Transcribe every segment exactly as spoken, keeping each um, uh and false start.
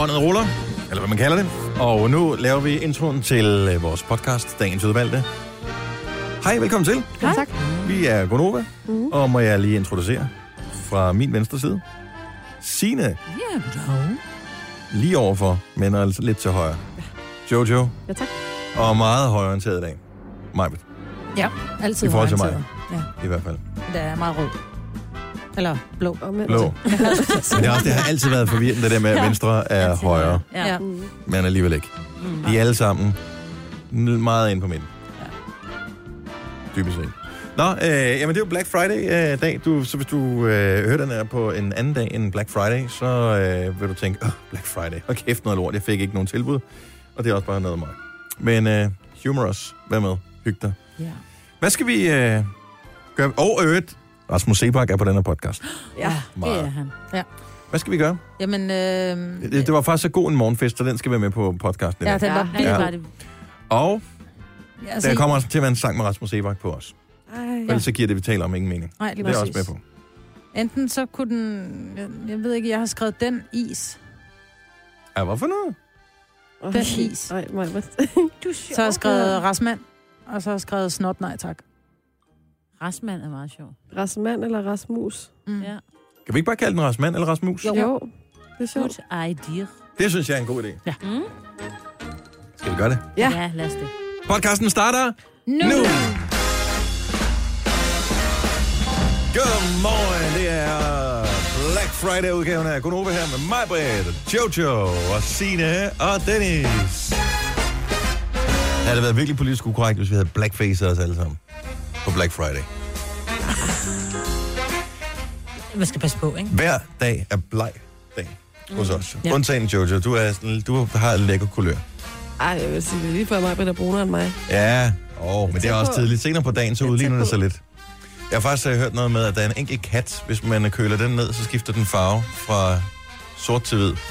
Båndet ruller, eller hvad man kalder det. Og nu laver vi introen til vores podcast, Dagens Udvalgte. Hej, velkommen til. Ja, tak. Vi er Gonova, mm. og må jeg lige introducere fra min venstre side. Signe. Ja, goddag. Lige overfor, men altså lidt til højre. Jojo. Ja, tak. Og meget højorienteret i dag. Majbet. Ja, altid I forhold til mig. Ja. I hvert fald. Det er meget rød. Eller blå. Blå. Men det, er også, det har altid været forvirrende, det der med, at venstre er højre. Ja. Men alligevel ikke. De er alle sammen meget inde på midten. Ja. Dybest set. Nå, øh, jamen det er jo Black Friday-dag. Du, så hvis du øh, hører den her på en anden dag end Black Friday, så øh, vil du tænke, åh, Black Friday, og kæft noget lort, jeg fik ikke nogen tilbud. Og det er også bare noget af mig. Men øh, humorous, hvad med? Hyg dig. Ja. Hvad skal vi øh, gøre? Og øvrigt, Rasmus Seebach er på den her podcast. Ja, det er han. Ja. Hvad skal vi gøre? Jamen, øh, det, det var faktisk så god en morgenfest, så den skal være med på podcasten i ja, dag. den var vildt Ja. var det. Og Ja, altså, der kommer også til at være en sang med Rasmus Seebach på os. Ej, Ja. Ellers så giver det, vi taler om, ingen mening. Nej, lige Det er præcis. også med på. Enten så kunne den... Jeg, jeg ved ikke, jeg har skrevet den is. Ja, hvorfor noget? Den is. Nej, mig, hvad? Så har jeg skrevet Rasmand, og så har jeg skrevet Snot, nej tak. Rasmand er meget sjov. Rasmand eller Rasmus? Mm. Ja. Kan vi ikke bare kalde den Rasmus eller Rasmus? Jo. Jo, det er sjovt. Good idea. Det synes jeg er en god idé. Ja. Mm. Skal vi gøre det? Ja. Ja, lad os det. Podcasten starter Nu! nu. Godmorgen, det er Black Friday-udgaven af Gonova her med mig, Britt, Jojo og Signe og Dennis. Det havde været virkelig politisk ukorrekt, hvis vi havde blackface os alle sammen på Black Friday. Man skal passe på, ikke? Hver dag er bleg dag hos os. Ja. Undtagen Jojo, du, er sådan, du har en lækker kulør. Ej, jeg vil sige, det er lige før mig, der er brunere end mig. Ja, åh, men det er tæt også på. tidligt. Senere på dagen, så Jeg er udligner tæt det på. sig lidt. Jeg har faktisk uh, hørt noget med, at der er en enkelt kat, hvis man køler den ned, så skifter den farve fra sort til hvid.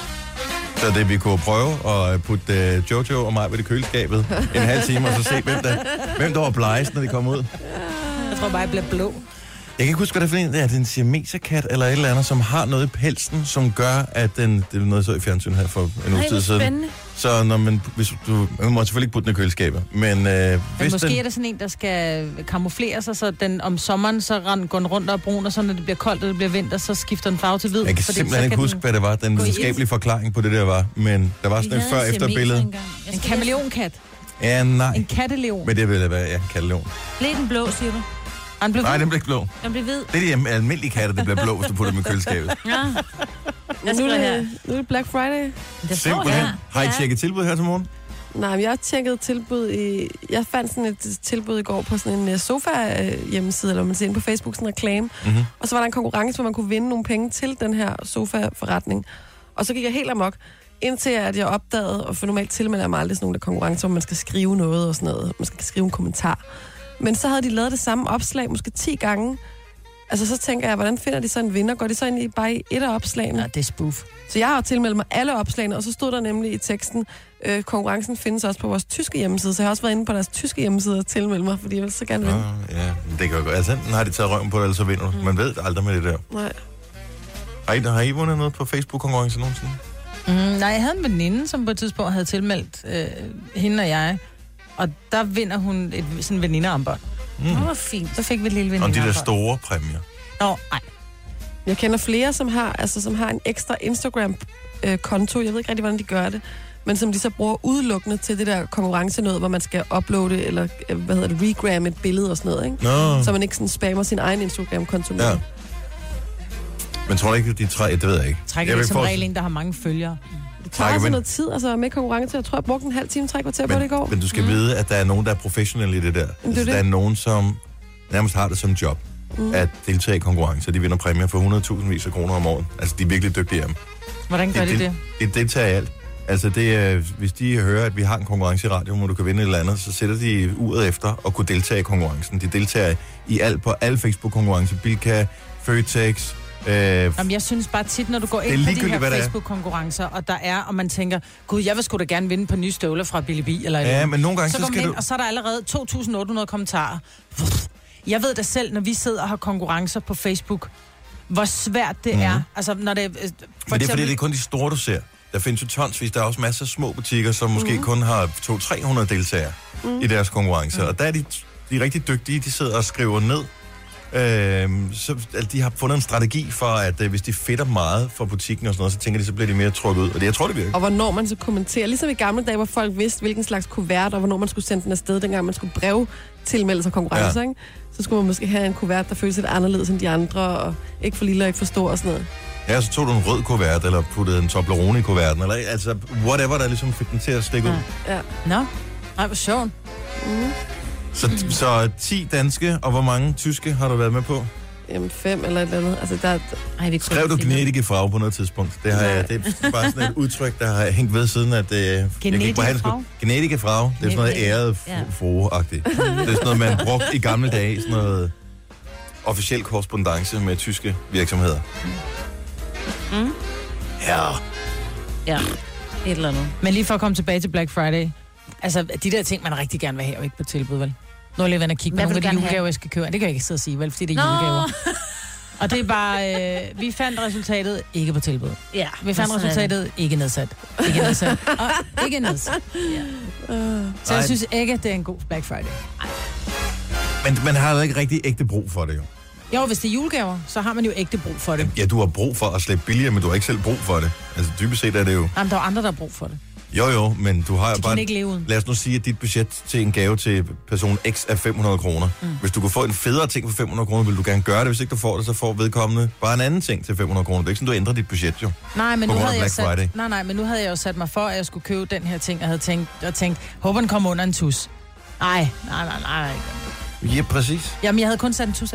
Så det vi kunne prøve at putte uh, Jojo og mig ved det køleskabet en halv time, og så se, hvem der, hvem der var blegest, når de kom ud. Jeg tror bare, jeg bliver blå. Jeg kan ikke huske, hvad det er for en. Er det en siameserkat eller et eller andet, som har noget i pelsen, som gør, at den... Det er noget, så i fjernsyn her for en uge tid siden. spændende. Så når man... Hvis du, man må selvfølgelig ikke putte den i køleskabet, men... Øh, Men hvis måske den, er det sådan en, der skal kamuflere sig, så den om sommeren så rend, går den rundt og er brun, og så når det bliver koldt og det bliver vinter, så skifter den farve til hvid. jeg kan fordi simpelthen så ikke kan huske, hvad det var, den gå i videnskabelige forklaring på det der var, men der var sådan et før-efter billede. En kameleonkat. Ja, nej. En katteleon. Men det ville være, ja, katteleon. Blev den blå, siger du? Og den blev Nej, hvid. den blev ikke blå. Den blev hvid. Det er de almindelige katte, der bliver blå, hvis du putter dem i køleskabet. Ja. Jeg Nu er, skriver her. det, nu er det Black Friday. Der står Simpelthen. her. Har I tjekket tilbud her til morgen? Nej, men jeg har tjekket tilbud i... Jeg fandt sådan et tilbud i går på sådan en uh, sofa-hjemmeside, eller man ser ind på Facebook, sådan en reklame. Mm-hmm. Og så var der en konkurrence, hvor man kunne vinde nogle penge til den her sofa-forretning. Og så gik jeg helt amok, indtil at jeg opdagede, og for normalt tilmelder jeg mig aldrig sådan nogle der konkurrencer, hvor man skal skrive noget og sådan noget. Man skal skrive en kommentar. Men så havde de lavet det samme opslag, måske ti gange. Altså så tænker jeg, hvordan finder de så en vinder? Går de så ind i bare i et af opslagene? Ja, det er spoof. Så jeg har jo tilmeldt mig alle opslagene, og så stod der nemlig i teksten, øh, konkurrencen findes også på vores tyske hjemmeside, så jeg har også været inde på deres tyske hjemmeside og tilmeldt mig, fordi jeg vil så gerne vinde. Ah, ja, det kan jo godt. Altså, enten har de taget røven på det, eller så vinder du. Man ved aldrig med det der. Nej. Har I, har I vundet noget på Facebook-konkurrence nogensinde? Mm, nej, jeg havde en veninde, som på et tidspunkt havde tilmeldt øh, hende og jeg. Og der vinder hun et sådan en venindearmbånd. Mm. Det var fint. Så fik vi et lille Om de der venindearmbånd. store præmier. Nå, nej. Jeg kender flere, som har, altså, som har en ekstra Instagram-konto. Jeg ved ikke rigtig, hvordan de gør det. Men som de så bruger udelukkende til det der konkurrence noget, hvor man skal uploade eller øh, hvad hedder det, regram et billede og sådan noget, ikke? Nå. Så man ikke sådan spammer sin egen Instagram-konto med. Ja. Men tror du ikke, at de tre... Det ved jeg ikke. Trækker Jeg det vil som for- regel en, der har mange følgere. Det tager Trækker altså men- noget tid, altså med konkurrence. Jeg tror, jeg brugte en halv time, tre kvarter på det i går. Men, men du skal mm. vide, at der er nogen, der er professionelle i det der. Altså, det. der er nogen, som nærmest har det som job. Mm. At deltage i konkurrencer. De vinder præmier for hundrede tusind vis af kroner om året. Altså, de er virkelig dygtige af dem. Hvordan gør de det? De deltager i alt. Altså, det er, hvis de hører, at vi har en konkurrence i radio, hvor du kan vinde et eller andet, så sætter de uret efter og kunne deltage i konkurrencen. De deltager i alt på alle Facebook-konkurrencer. Bilka, Føtex. Øh, Jamen, jeg synes bare tit, når du går ind på de ligegyldigt, her hvad det er. Facebook-konkurrencer, og der er, og man tænker, gud, jeg vil sgu da gerne vinde på nye støvler fra Billy B, eller et ja, eller men nogle gange, så, så, så så skal ind, du... og så er der allerede to tusind otte hundrede kommentarer. Jeg ved da selv, når vi sidder og har konkurrencer på Facebook, hvor svært det Mhm. er. Altså, når det, øh, for Men det er fordi, eksempel, det er kun de store, du ser. Der findes jo tonsvis. Der er også masser af små butikker, som måske mm. kun har to til tre hundrede deltagere mm. i deres konkurrencer. Mm. Og der er de, de er rigtig dygtige. De sidder og skriver ned. Øhm, så, altså, de har fundet en strategi for, at øh, hvis de fedter meget for butikken og sådan noget, så tænker de, så bliver de mere trukket ud. Og det, jeg tror, det virker. Og hvornår man så kommenterer. Ligesom i gamle dage, hvor folk vidste, hvilken slags kuvert, og hvornår man skulle sende den afsted, dengang man skulle brev tilmelde sig konkurrencer, ja. Ikke? Så skulle man måske have en kuvert, der føles lidt anderledes end de andre, og ikke for lille og ikke for stor og sådan noget. Ja, så tog du en rød kuvert, eller puttede en Toblerone i kuverten, eller altså whatever, der ligesom fik den til at stikke ud. Ja. Nå, nej, hvor sjovt. Mm. Så, så ti danske, og hvor mange tyske har du været med på? Jamen fem eller et eller andet. Altså, der... Ej, vi Skrev du Gnädige på noget tidspunkt? Det, har jeg, det er bare sådan et udtryk, der har hængt ved siden, at... Øh, Gnädige Frau? Gnädige Frau. Det er sådan noget æret fru-agtigt. Det er sådan noget, man brugte i gamle dage. Sådan noget officiel korrespondance med tyske virksomheder. Mm. Ja. Ja, et eller andet. Men lige for at komme tilbage til Black Friday. Altså, de der ting, man rigtig gerne vil have, og ikke på tilbud, vel? Nu er jeg lige ved at kigge på nogle af de julegaver, jeg skal købe. Det kan jeg ikke sidde og sige, vel? Fordi det er Nå. julegaver. Og det er bare... Øh, vi fandt resultatet ikke på tilbud. Ja. Vi fandt resultatet ikke nedsat. Ikke nedsat. Og ikke nedsat. Ja. Uh, så jeg synes ikke, at det er en god Black Friday. Men man har jo ikke rigtig ægte brug for det, jo. Jo, hvis det er julegaver, så har man jo ægte brug for det. Ja, du har brug for at slippe billigere, men du har ikke selv brug for det. Altså, dybest set er det jo... Jamen, der er andre, der har brug for det. Jo, jo, men du har jo de bare... kan ikke leve uden. Lad os nu sige, at dit budget til en gave til person X er fem hundrede kroner. Mm. Hvis du kunne få en federe ting for fem hundrede kroner, vil du gerne gøre det. Hvis ikke du får det, så får vedkommende bare en anden ting til fem hundrede kroner. Det er ikke sådan, du ændrer dit budget, jo. Nej, men nu havde jeg sat, nej, nej, men nu havde jeg jo sat mig for, at jeg skulle købe den her ting. Jeg havde tænkt, jeg tænkt håber den kommer under en tus. Nej, nej, nej, nej. Ja, præcis. Jamen, jeg havde kun sat en tus af.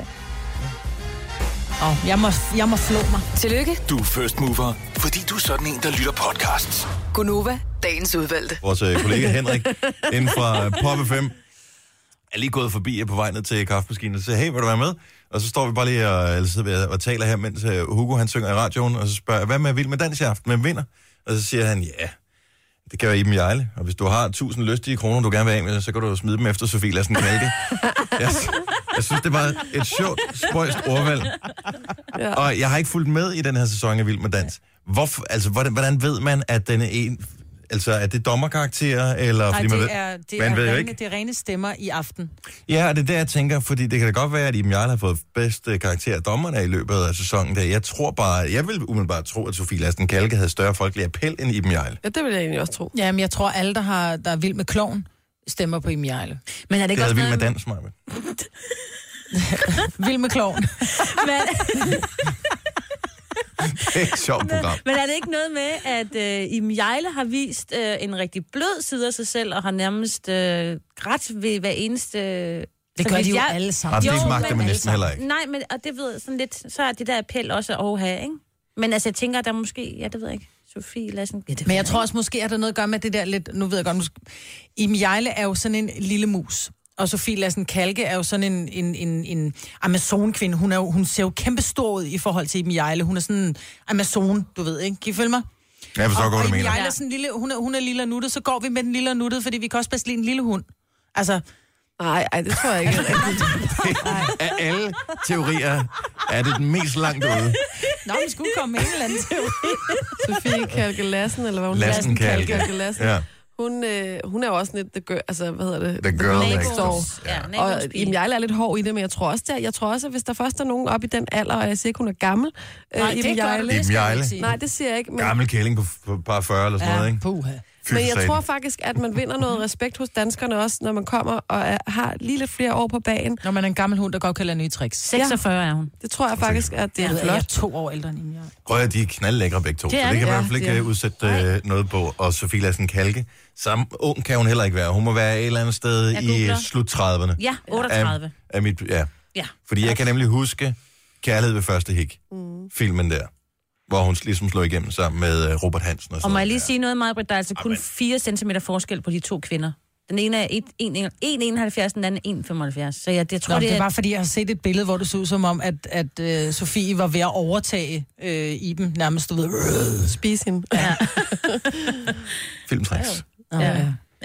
Åh, oh, jeg må, jeg må flå mig. Tillykke. Du er first mover, fordi du er sådan en, der lytter podcasts. Gunova, dagens udvalgte. Vores øh, kollega Henrik, inden fra Pop F M, er lige gået forbi på vej ned til kaffemaskinen og siger, hey, vil du være med? Og så står vi bare lige og, eller, og taler her, mens Hugo han synger i radioen, og så spørger jeg, hvad med Vild med Dans i aften? Hvem vinder? Og så siger han, ja, det kan være Iben Hjejle. Og hvis du har tusind lystige kroner, du gerne vil have med, så kan du smide dem efter Sofie Lassen Kalke. Jeg, jeg synes, det var et sjovt, spøjst ordvalg. Ja. Og jeg har ikke fulgt med i den her sæson af Vild med Dans. Hvorfor, altså, hvordan, hvordan ved man, at den er en... Altså, er det dommerkarakterer, eller... Nej, fordi man det ved, er, det man er, ved rene, ikke. det er rene stemmer i aften. Ja, og det er der, jeg tænker, fordi det kan da godt være, at Iben Hjejle har fået bedste karakter af dommerne i løbet af sæsonen. Der. Jeg tror bare... Jeg vil umiddelbart tro, at Sofie Lassen Kalke havde større folkelig appel end Iben Hjejle. Ja, det vil jeg egentlig også tro. Jamen, jeg tror, alle, der, har, der er vild med klovn, stemmer på Iben Hjejle. Men er det ikke det også Vild med noget... Dans, Maja. Vild med klovn. Men... Det er et sjovt program. Men er det ikke noget med, at øh, Iben Hjejle har vist øh, en rigtig blød side af sig selv, og har nærmest øh, ret ved hver eneste... Det gør de jo jeg... alle sammen. Jo, det magter men, man næsten heller ikke. Nej, men og det ved sådan lidt, så er det der appel også at have, ikke? Men altså, jeg tænker, der måske, ja, det ved jeg ikke, Sofie Lassen... Ja, men jeg tror også, måske er der noget at gøre med det der lidt, nu ved jeg godt, måske... Iben Hjejle er jo sådan en lille mus. Og Sofie Lassen Kalke er jo sådan en, en, en, en Amazon-kvinde. Hun, er jo, hun ser jo kæmpestor ud i forhold til Iben Hjejle. Hun er sådan en Amazon, du ved, ikke? Kan I følge mig? Ja, jeg forstår og, godt, og hvad du Iben mener. Hjejle er sådan en lille, hun er, hun er lille og nuttet, så går vi med den lille og nuttet, fordi vi kan også bedst lide en lille hund. Altså... Nej, ej, det tror jeg ikke er rigtigt. Af alle teorier er det den mest langt ude. Nå, vi skulle komme med en eller anden teori. Sofie Kalke Lassen, eller hvad hun Lassen Kalke. Kalke Lassen. Ja. Hun, øh, hun er jo også lidt, the girl, altså, hvad hedder det? The girl next door. Ja. Og Iben Hjejle er lidt hård i det, men jeg tror også, der, jeg tror også, at hvis der først er nogen op i den alder, og jeg siger ikke, hun er gammel, nej, øh, Iben Hjejle. Iben Hjejle. Nej, det siger jeg ikke. Men... Gammel kælling på, på par fyrre eller sådan ja, noget, ikke? Puha. Men jeg tror faktisk, at man vinder noget respekt hos danskerne også, når man kommer og er, har lige lidt flere år på bagen. Når man er en gammel hund, der godt kan lade nye tricks. seksogfyrre er hun. Det tror jeg faktisk, at det er ja, flot. Jeg er to år ældre end Iben. Prøv at de er knaldlækre begge to, Det så det kan det. man i hvert fald ikke Ja, udsætte øh, noget på. Og Sofie Lassen Kalke, samme ung kan hun heller ikke være. Hun må være et eller andet sted Jeg i googler. slut trediverne. Ja, otteogtredive. Af, af mit, ja. Ja. Fordi jeg kan nemlig huske Kærlighed ved første hik, mm. filmen der, hvor hun ligesom slog igennem sammen med uh, Robert Hansen. Og, Og må jeg lige der. sige noget, Maja-Britt? Der er altså kun Amen. fire centimeter forskel på de to kvinder. Den ene er en komma enoghalvfjerds, den anden er en komma femoghalvfjerds. Så jeg det tror, Nå, det, det er er... bare fordi, jeg har set et billede, hvor det så ud som om, at, at uh, Sofie var ved at overtage uh, Iben, nærmest, du ved. Spise hende. Ja. Filmtræks. Ja. Ja. Ja. Ja.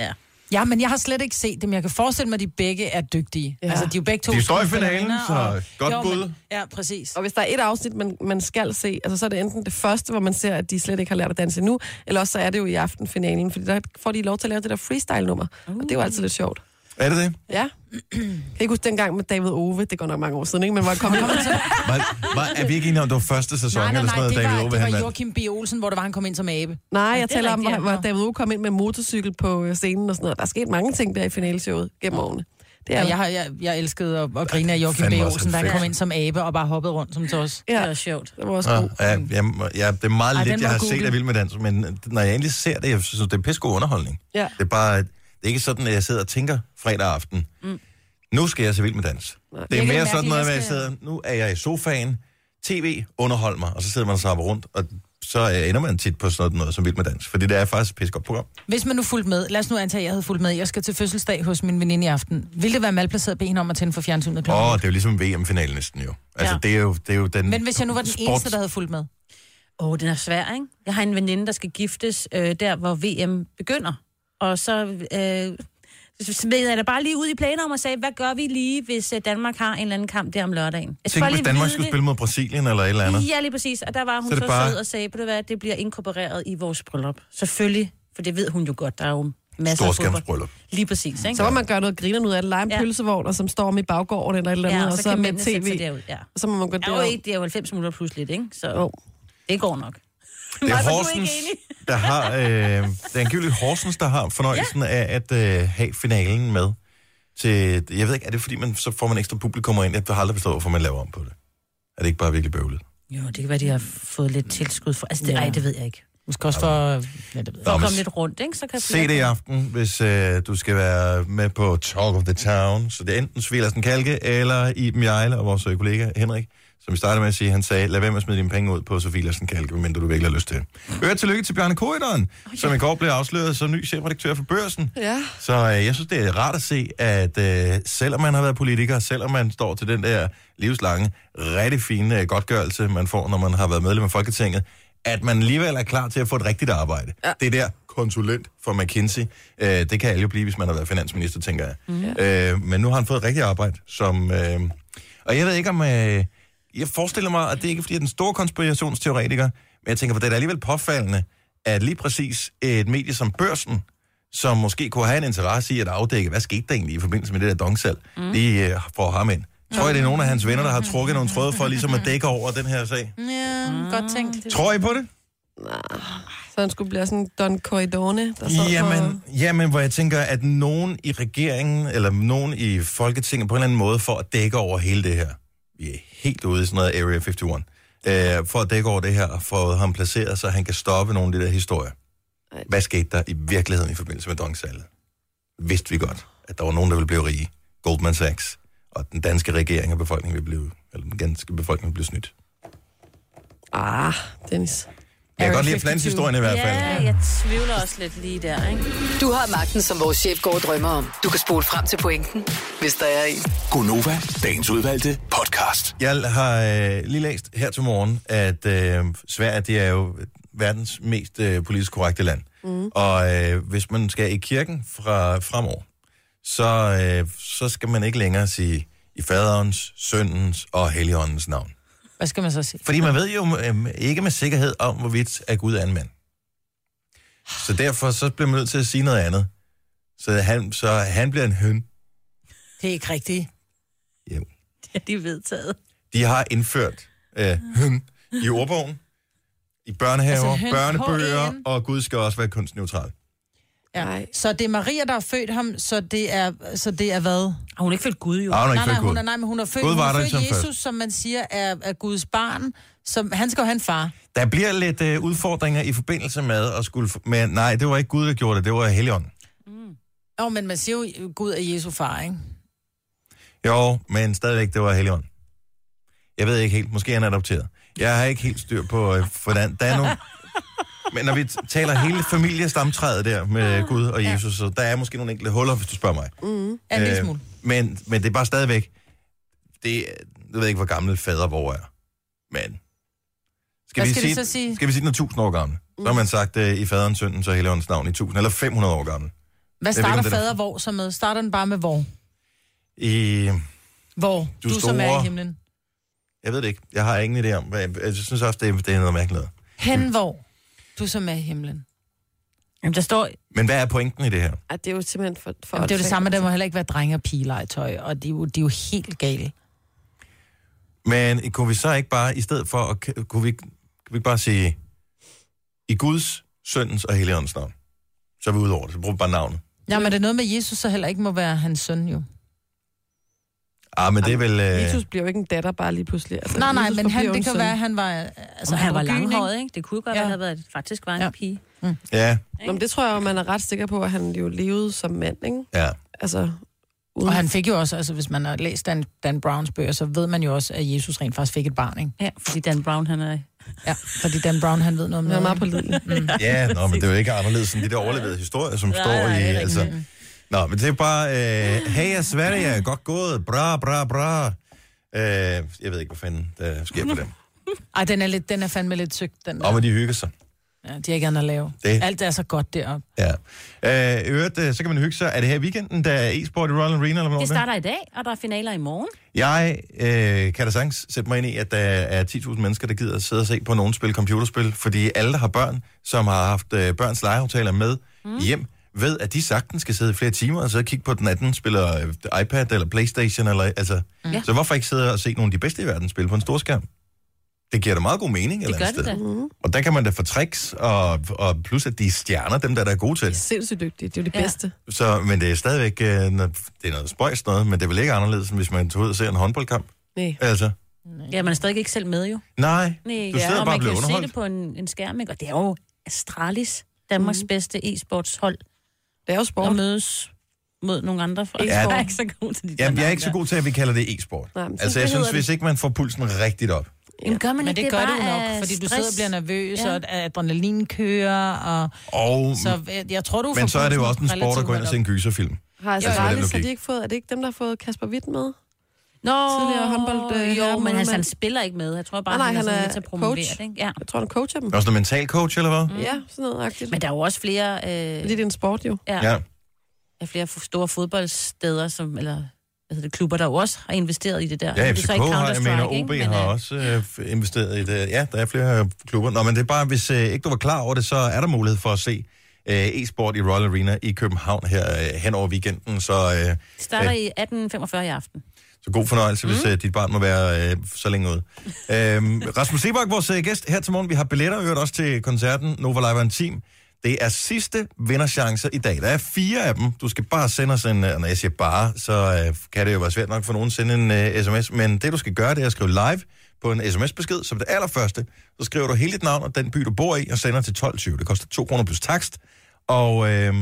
Ja, men jeg har slet ikke set dem. Jeg kan forestille mig, at de begge er dygtige. Ja. Altså, de er jo begge to... De står i finalen, så og... godt jo, bud. Men... Ja, præcis. Og hvis der er et afsnit, man, man skal se, altså så er det enten det første, hvor man ser, at de slet ikke har lært at danse endnu, eller også så er det jo i aftenfinalen, fordi der får de lov til at lave det der freestyle-nummer. Uh. Og det er jo altid lidt sjovt. Er det det? Ja. Kan I ikke huske dengang med David Ove? Det går nok mange år siden, ikke? Men hvor kom han til? Var, var, er vi ikke enige om, det var første sæson, nej, nej, eller sådan noget, det David var, Ove, det han var vandt? Joachim B. Olsen, hvor der var, han kom ind som abe. Nej, jeg det er taler om, rigtigt, hvor, ja. hvor David Ove kom ind med motorcykel på scenen og sådan noget. Der er sket mange ting der i finaleshowet gennem årene. Det er Ja, ja, jeg, har, jeg, jeg elskede at, at grine af Joachim B. Fandme også Olsen, da han fedt. kom ind som abe og bare hoppede rundt som tos. ja, Det var sjovt. det var også Ja, god. ja, ja, ja, det er meget Ej, lidt, den jeg må har google. set af Vild med Dans, men når jeg endelig ser det, jeg synes, det er pissegod underholdning. Ja. Det er bare, det er ikke sådan, at jeg sidder og tænker fredag aften. Mm. Nu skal jeg se Vild med Dans. Nej. Det er Virkelig mere mærkeligt, sådan noget, jeg at jeg skal- sidder, nu er jeg i sofaen, tv, underhold mig, og så sidder man og sapper rundt, og så ender man tit på sådan noget som Vild med Dans, fordi det er faktisk et pissegodt program. Hvis man nu fulgte med, lad os nu antage, at jeg havde fulgt med. Jeg skal til fødselsdag hos min veninde i aften. Vil det være malplaceret ben om at tænde for fjernsynet? Åh, oh, det er jo ligesom V M-finalen næsten jo. Altså, Ja. det, er jo, det er jo den... Men hvis jeg nu var den sports- eneste, der havde fulgt med. Åh, oh, den er svær, ikke? Jeg har en veninde, der skal giftes øh, der, hvor V M begynder. Og så øh, smed jeg da bare lige ud i planer og sagde, hvad gør vi lige, hvis øh, Danmark har en eller anden kamp der om lørdagen? Jeg Tænk, bare hvis lige Danmark vide skulle det. spille mod Brasilien eller et eller andet. Ja, lige præcis. Og der var hun Så er så, det så bare- sød og sagde, på det hvad, det bliver inkorporeret i vores bryllup. Selvfølgelig, for det ved hun jo godt, der er jo masser af fodbold. Storskærmsbryllup. Lige præcis, ikke? Så må man gøre noget griner ud af det. Lege en Ja. pølsevogn, og som står om i baggården eller et eller andet, Ja, og så, kan med mændene sætte sig tv. derud, ja. Og så må man gå Det er jo derud. ikke, det er jo halvfems minutter plus lidt, ikke? Så Jo. det går nok. Det er Maja, var du Horsens, ikke enig? der har... Øh, det er angiveligt Horsens, der har fornøjelsen ja. af at øh, have finalen med. Til, jeg ved ikke, er det fordi, man, så får man ekstra publikummer ind? Jeg har aldrig forstået, hvorfor man laver om på det. Er det ikke bare virkelig bøvlet? Jo, det kan være, de har fået lidt tilskud for. Altså, det, Ja. ej, det ved jeg ikke. Måske også for... Ja, det ved jeg. For Nå, at men komme lidt rundt, ikke? Så kan Se det i aften, hvis øh, du skal være med på Talk of the Town. Så det er enten Svilersen Kalke eller Iben Jejle og vores øh, kollega Henrik, som vi startede med at sige, han sagde, lad være med at smide dine penge ud på Sofie Larsen Kalke, medmindre du virkelig har lyst til det. Øre tillykke til Bjarne Korydon, oh, ja. som i går blev afsløret som ny chefredaktør for Børsen. Ja. Så øh, jeg synes, det er rart at se, at øh, selvom man har været politiker, selvom man står til den der livslange, rigtig fine øh, godtgørelse, man får, når man har været medlem af Folketinget, at man alligevel er klar til at få et rigtigt arbejde. Ja. Det der konsulent for McKinsey, øh, det kan alle jo blive, hvis man har været finansminister, tænker jeg. Mm. Øh, men nu har han fået et rigtigt arbejde, som... Øh, og jeg ved ikke om... Øh, jeg forestiller mig, at det ikke er, fordi jeg er den store konspirationsteoretiker, men jeg tænker, for det er da alligevel påfaldende, at lige præcis et medie som Børsen, som måske kunne have en interesse i at afdække, hvad skete der egentlig i forbindelse med det der dongsalg, mm. lige øh, får ham ind. Tror jeg, det er nogle af hans venner, der har trukket nogle tråde for ligesom at dække over den her sag? Ja, godt tænkt. Tror I på det? Så han skulle blive sådan Don Corridone, der så Jamen, jamen, hvor jeg tænker, at nogen i regeringen, eller nogen i Folketinget på en eller anden måde, for at dække over hele det her. Vi er helt ude i sådan noget Area enoghalvfems. Øh, for at dække over det her, og få ham placeret, så han kan stoppe nogle af de der historier. Hvad skete der i virkeligheden i forbindelse med dongsalget? Vidste vi godt, at der var nogen, der ville blive rige. Goldman Sachs og den danske regering og befolkningen ville blive, eller den danske befolkning ville blive snydt. Ah, Dennis. Jeg kan Area godt lide finanshistorien i hvert fald. Ja, jeg tvivler også lidt lige der, ikke? Du har magten, som vores chef går og drømmer om. Du kan spole frem til pointen, hvis der er en. Gonova, dagens udvalgte podcast. Jeg har øh, lige læst her til morgen, at øh, Sverige, det er jo verdens mest øh, politisk korrekte land. Mm. Og øh, hvis man skal i kirken fra fremover, så, øh, så skal man ikke længere sige i faderens, søndens og helligåndens navn. Hvad skal man så sige? Fordi man ved jo øh, ikke med sikkerhed om, hvorvidt er Gud er en mand. Så derfor så bliver man nødt til at sige noget andet. Så han, så han bliver en høn. Det er ikke rigtigt. Jo. Det er de vedtaget. De har indført øh, høn i ordbogen, i børnehaver, Altså, høn, børnebøger, H E N. og Gud skal også være kunstneutral. Ja. Nej. Så det er Maria, der har født ham, så det er, så det er hvad? Og hun er ikke født Gud, jo. Ah, hun er Nej, ikke nej, født hun Gud. er, nej, men hun er født, Gud hun var er der født ligesom Jesus, først. som man siger, er, er Guds barn. Som, han skal jo have en far. Der bliver lidt øh, udfordringer i forbindelse med at skulle... Men nej, det var ikke Gud, der gjorde det, det var Helligånden. Jo, men man siger jo, Gud er Jesu far, ikke? Jo, men stadigvæk, det var Helligånden. Jeg ved ikke helt, måske er han adopteret. Jeg har ikke helt styr på, øh, hvordan... Der er nogle... Men når vi t- taler hele familiestamtræet der med Gud og Jesus, så der er måske nogle enkelte huller, hvis du spørger mig. Mm. Ja, en lille smule. men, men det er bare stadigvæk... Det, jeg ved ikke, hvor gammel fader hvor er. Men... Skal, Hvad vi skal vi sige, så sige? Skal vi sige, den er tusind år gammel? Mm. Så har man sagt uh, i faderens, søndens og Helligåndens navn i tusind eller fem hundrede år gammel. Hvad Jeg ved ikke, om starter det er- fader hvor så med? Starter den bare med hvor? I, Hvor? Du Du, du som er store- i himlen. jeg ved det ikke. Jeg har ingen idé om. Jeg, jeg synes også, det er, det er noget mærkeligt. Hen hvor? Du som er i himlen. Jamen, der står... Men hvad er pointen i det her? Ej, det er jo simpelthen for... for Jamen, det er jo det samme, der må heller ikke være drenge- og pigelegetøj, og de er jo, de er jo helt gale. Men kunne vi så ikke bare, i stedet for, at, kunne vi, ikke- kunne vi ikke bare sige, i Guds, Søndens og Helligåndens navn? Så er vi ude over det. Så bruger vi bare navnet. Ja, men det er noget med, Jesus så heller ikke må være hans søn, jo. Ah, men det er vel... Øh... Jesus bliver jo ikke en datter bare lige pludselig. Altså, Nej, nej, Jesus men forbliver han, jo det en kan søn. være, at han var... Altså, Altså, han var androgyn, ikke? langhåret, ikke? Det kunne godt være, Ja. at det havde været, faktisk var en Ja. pige. Ja, Nå, men det tror jeg jo, man er ret sikker på, at han jo levede som mand, ikke? ja. Altså, uden... Og han fik jo også, altså hvis man har læst Dan, Dan Browns bøger, så ved man jo også, at Jesus rent faktisk fik et barn, ikke? Ja, fordi Dan Brown, han er... Ja, fordi Dan Brown, han ved noget om Han er noget. meget pålidelig. Mm. Ja, nå, men det er jo ikke anderledes end de der overlevede historier, som Nej, står nej, i... det er Altså... rigtigt. Nå, men det er bare... Øh, hey, Sverige, godt gået. Bra, bra, bra. Øh, jeg ved ikke, hvad fanden der sker på dem. Ej, den er, lidt, den er fandme lidt søgt, den der. Og men de hygger sig. Ja, de har ikke andet at lave. Det- Alt er så godt deroppe. Ja. Øh, øvrigt, øh, så kan man hygge sig. Er det her i weekenden, der er e-sport i Royal Arena, eller hvornår Det det er? starter i dag, og der er finaler i morgen. Jeg øh, kan da sagtens sætte mig ind i, at der er ti tusind mennesker, der gider at sidde og se på nogen spille computerspil, fordi alle, der har børn, som har haft øh, børns legeaftaler med mm. hjem, ved, at de sagtens skal sidde i flere timer og så kigge på den anden, spiller øh, iPad eller PlayStation. Eller, altså. Mm. Så hvorfor ikke sidde og se nogle af de bedste i verden spille på en stor skærm? Det giver da meget god mening. Det eller gør andet det da. sted. Mm. Og der kan man da få tricks, og, og plus at de er stjerner, dem der, der er gode til Det er det. sindssygt dygtige. Det er jo det Ja. bedste. Så, men det er stadigvæk, øh, noget, det er noget spøjst noget, men det er vel ikke anderledes, end hvis man tog ud og ser en håndboldkamp. Nej. Altså, Ja, man er stadig ikke selv med, jo. nej, Nej, du sidder og bare man og bliver kan jo se underholdt. det på en, en skærm, ikke? Og det er jo Astralis, Danmarks mm. bedste e-sportshold, Det er jo der sport. mødes mod nogle andre. For Ja, jeg er ikke så god til de der Jamen, jeg er navne ikke så der. god til, at vi kalder det e-sport. Nej, men så Altså, jeg det synes, hedder hvis ikke man får pulsen rigtigt op. Jamen, gør man Men ikke det gør bare du nok, af fordi du stress? sidder og bliver nervøs, Ja. ja. og adrenalin kører, og Og, så jeg, jeg tror, du men så er det jo også en sport at relativt gå ind og se en gyserfilm. Har Altså, med den Astralis, har logik. de ikke fået... Er det ikke dem, der har fået Kasper Witt med? Nå, Tidligere håndbold, øh, jo, men han, herremålmand. han spiller ikke med. Jeg tror bare, Nej, nej, han, han er, er sådan lidt til at promovere coach. det. Ikke? Ja. Jeg tror, han coacher dem. Også noget mental coach, eller hvad? Mm. Ja, sådan noget agtigt. Men der er jo også flere, øh, Fordi det er en sport, jo. ja, Ja. ja. er flere store fodboldsteder, som, eller hvad hedder det, klubber, der jo også har investeret i det der. Ja, Det er F C K så ikke har, jeg mener, Counter-Strike, O B ikke? har Men, øh, også øh, investeret i det. Ja, der er flere klubber. Nå, men det er bare, hvis øh, ikke du var klar over det, så er der mulighed for at se øh, e-sport i Royal Arena i København her øh, hen over weekenden. Så, øh, Det starter i atten femogfyrre i aften. så god fornøjelse, mm. hvis øh, dit barn må være øh, så længe ude. øhm, Rasmus Sebak, vores øh, gæst her til morgen. Vi har billetter øvrigt også til koncerten Nova Live Team. Det er sidste vinderchancer i dag. Der er fire af dem. Du skal bare sende os en... Når jeg siger bare, så øh, kan det jo være svært nok for nogen at sende en øh, sms. Men det, du skal gøre, det er at skrive live på en sms-besked. Som det allerførste, så skriver du hele dit navn og den by, du bor i, og sender til tolv tyve. Det koster to kroner plus takst. Og øh,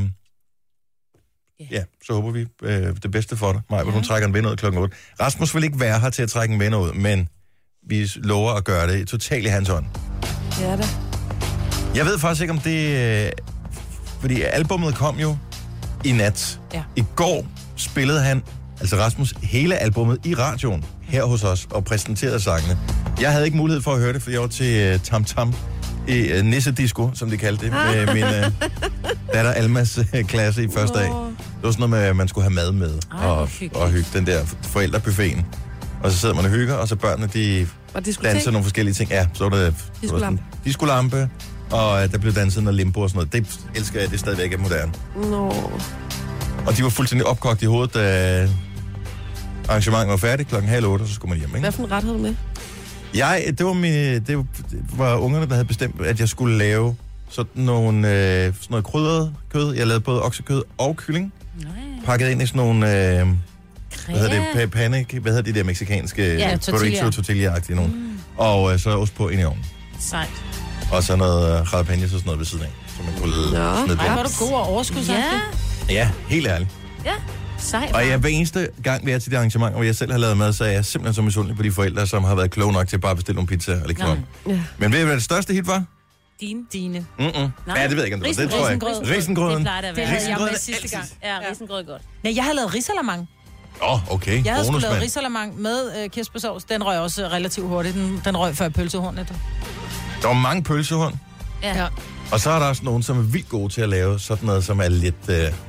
ja, så håber vi øh, det bedste for dig. Maja, ja. Hun trækker en vinder ud klokken otte. Rasmus vil ikke være her til at trække en vinder ud, men vi lover at gøre det totalt i hans hånd. Ja, det. Jeg ved faktisk ikke, om det... Øh, fordi albummet kom jo i nat. Ja. I går spillede han, altså Rasmus, hele albummet i radioen her hos os og præsenterede sangene. Jeg havde ikke mulighed for at høre det, for jeg var til uh, Tam Tam i uh, Nissedisco, som de kaldte det, med min uh, datter Almas uh, klasse i første dag. Det var sådan noget med, at man skulle have mad med Ej, hvor og, hyggeligt. og hygge den der forældrebuffeten. Og så sidder man og hygger, og så børnene, de Og diskotek. danser nogle forskellige ting. Ja, så var det... Diskolampe. Diskolampe. Og øh, der blev danset noget limbo og sådan noget. Det elsker jeg, det stadigvæk er moderne. Nå. Og de var fuldstændig opkogt i hovedet, da arrangementet var færdigt klokken halv otte, og så skulle man hjem, ikke? Hvad for en ret havde du med? Jeg, det var, min, det var ungerne, der havde bestemt, at jeg skulle lave sådan, nogle, øh, sådan noget krydret kød. Jeg lavede både oksekød og kylling. Nej. Pakket ind i sådan nogle, øh, hvad hedder det, Ja. pa- panik, hvad hedder de der mexikanske Ja, tortilla. burrito tortilla-agtige nogle. Mm. Og øh, så ost på ind i ovnen. Sejt. Og så noget øh, jalapenos og sådan noget ved siden af, så man kunne Nå. smide Ej, på. hvor er du god og overskudsagtig. Ja, Ja, helt ærligt. ja. Sejt. Og jeg hver eneste gang, vi er til de arrangementer, hvor jeg selv har lavet mad, så er jeg simpelthen så misundelig på de forældre, som har været kloge nok til at bare bestille nogle pizzaer og lægge Nej. om. Ja. Men ved I, hvad det største hit var? Dine. Dine. Mm-mm. Nej. Ja, det ved jeg ikke, om det var. Det tror jeg ikke. Risengrød. Risengrøden. Det plejer det at være. Det havde jeg Risengrød med er sidste gang. Ja, risengrød er godt. Nej, jeg havde lavet risalamang. Åh, oh, okay. Jeg havde sgu Bonus, lavet mand. risalamang med øh, kirsebærsovs. Den røg også relativt hurtigt. Den, den røg før pølsehornet. Der var mange pølsehorn. Ja. Ja. Og så er der også nogen, som er vildt gode til at lave sådan noget, som er lidt... Øh,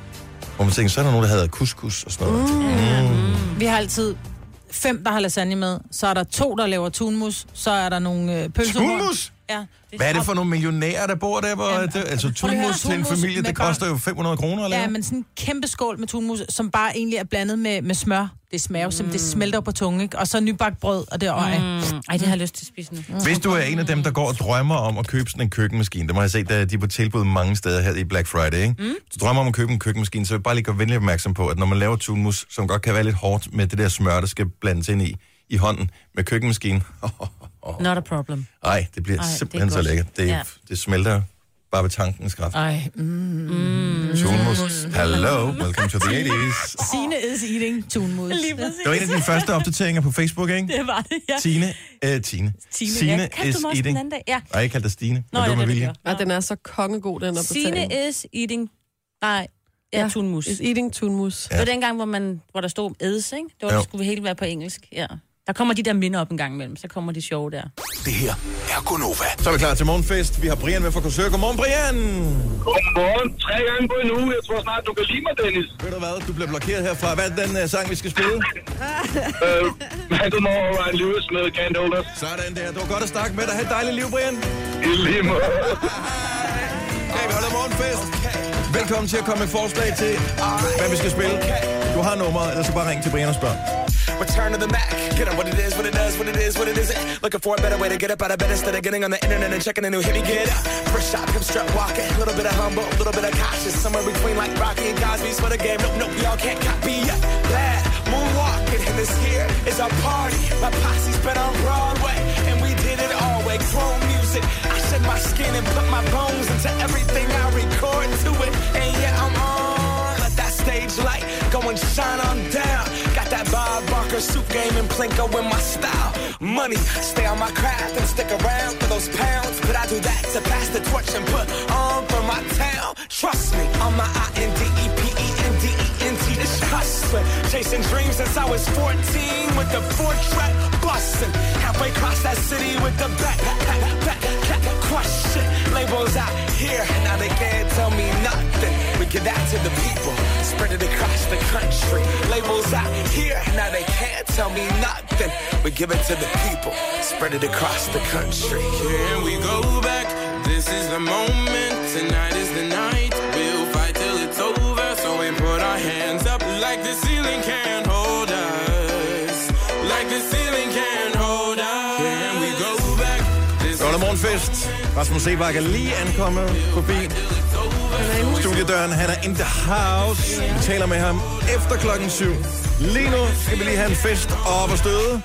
Hvor man tænker, så er der nogen, der havde couscous og sådan noget. Mm. Mm. Vi har altid fem, der har lasagne med. Så er der to, der laver tunmus. Så er der nogle øh, pølsehorn. Tunmus? Ja. Det Hvad er det for nogle millionærer, der bor der? Hvor Jamen, det, altså prøv at høre, tunmus til en tunmus familie, med det koster jo fem hundrede kroner eller Ja, hvad? men sådan en kæmpe skål med tunmus, som bare egentlig er blandet med, med smør. Det smager jo simpelthen, det smelter på tungen, ikke? Og så nybagt brød, og det er øje. Mm. Ej, det har jeg lyst til at spise nu. Hvis du er en af dem, der går og drømmer om at købe sådan en køkkenmaskine, det må jeg se, at de er på tilbud mange steder her i Black Friday, ikke? Mm. Du drømmer om at købe en køkkenmaskine, så vil jeg bare lige gøre venlig opmærksom på, at når man laver tunmus, som godt kan være lidt hårdt med det der smør, der skal blandes ind i, i hånden med køkkenmaskinen. Oh, oh, oh. Not a problem. Ej, det bliver Ej, simpelthen det er så godt. lækkert. Det, Ja. det smelter bare ved tankens kraft. Ej. Mm. Mm. Tunmus. Hello, welcome to the eighties. Signe is eating tunmus. Lige præcis. Det var en af dine første opdateringer på Facebook, ikke? Det var det, ja. Tine, øh, Tine. Tine, Signe ja. Kaldte is du mig også den eating. anden dag? Ja. Nej, jeg kaldte dig Stine. Nå, men ja, det var med det vilje. gør. Ja, den er så kongegod, den opdatering. Signe is eating... Nej, ja, Ja. tunmus. Is eating tunmus. Det var dengang, hvor, man, hvor der stod edes, ikke? Det var, Jo. det skulle helt være på engelsk, ja. Der kommer de der minder op en gang imellem, så kommer de sjove der. Det her er Gonova. Så er vi klar til morgenfest. Vi har Brian med fra Korsør. Godmorgen, Brian! Godmorgen. Tre gange på en uge. Jeg tror snart, du kan lide mig, Dennis. Ved du hvad? Du bliver blokeret herfra. Hvad er den uh, sang, vi skal spille? øh, Michael Moore og Ryan Lewis med Can't Hold Us. Sådan der. Det var godt at snakke med dig. Ha' et dejligt liv, Brian. I lige måde. Okay, vi holder morgenfest. Velkommen til at komme med forslag til, hvad vi skal spille. Du har nummeret, eller så bare ring til Brian og spørg. Return to the Mac. Get up what it is, what it does, what it is, what it isn't. Looking for a better way to get up out of bed instead of getting on the internet and checking a new hit. Get up. First shot, come strut walking. A little bit of humble, a little bit of cautious. Somewhere between like Rocky and Cosby's for the game. Nope, nope, y'all can't copy yet. Bad moonwalking, and this here is our party. My posse's been on Broadway, and we did it all way. Chrome music. I shed my skin and put my bones into everything I record to it. And yeah, I'm on. Let that stage light go and shine on down. Got that Bob Barker suit game and Plinko in my style. Money, stay on my craft and stick around for those pounds. But I do that to pass the torch and put on for my town. Trust me, on my I N D E P E N D E N T. It's hustling, chasing dreams since I was fourteen with the four track bustin'. Halfway across that city with the back, back, back, back, crush it. Labels out here, now they can't tell me nothing. We give that to the people, spread it across the country. Labels out here, now they can't tell me nothing. We give it to the people, spread it across the country. Can we go back? This is the moment, tonight is the night. We'll fight till it's over, so we put our hands up like the ceiling can't hold us. Like the ceiling can't hold us. Can we go back? This Så er der morgenfest. Rasmus Sebak er lige ankommet forbi studiedøren. Han er in the house. Vi taler med ham efter klokken syv. Lige nu skal vi lige have en fest op og støde.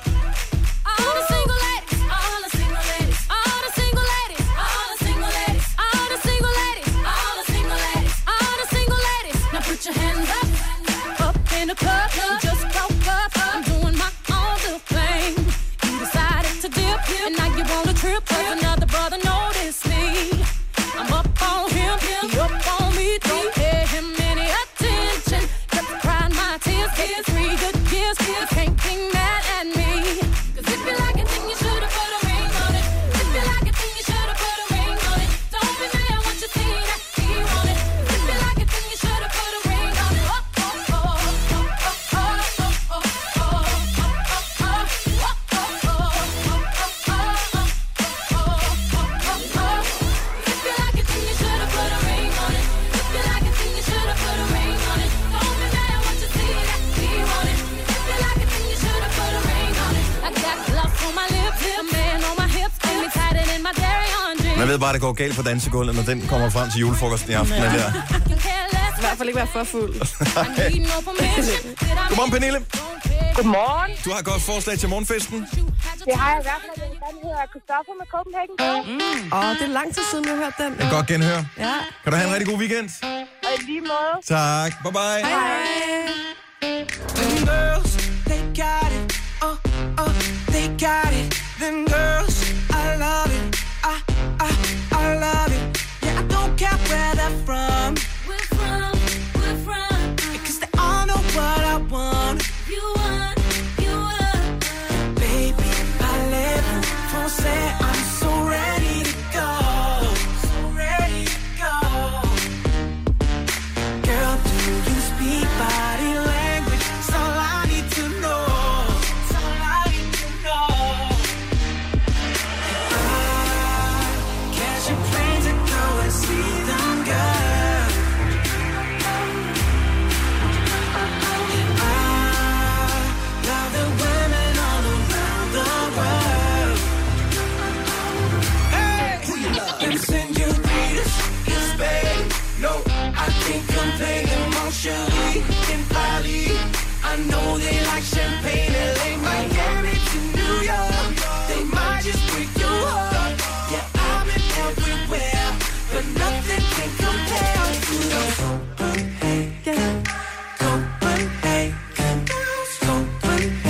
Man ved bare, det går galt på dansegulvet, når den kommer frem til julefrokosten i aften. Ja. Der. I hvert fald ikke være for fuld. Godmorgen, Pernille. Godmorgen. Du har et godt forslag til morgenfesten. Det har jeg i hvert fald. Den hedder Christoffer med Copenhagen. Mm. Åh, det er lang tid siden, jeg har hørt den. Jeg kan godt genhøre. Ja. Kan du have en rigtig god weekend? Og i lige måde. Tak. Bye bye. Hej, hej. Girls, they got it. Oh, oh, they got it. Them girls, I love it. I, I, I love it. Yeah, I don't care where they're from. We're from, we're from. Because they all know what I want. You want, you want. Baby, I live in Francais. I'm so ready to go. So ready to go. Girl, do you speak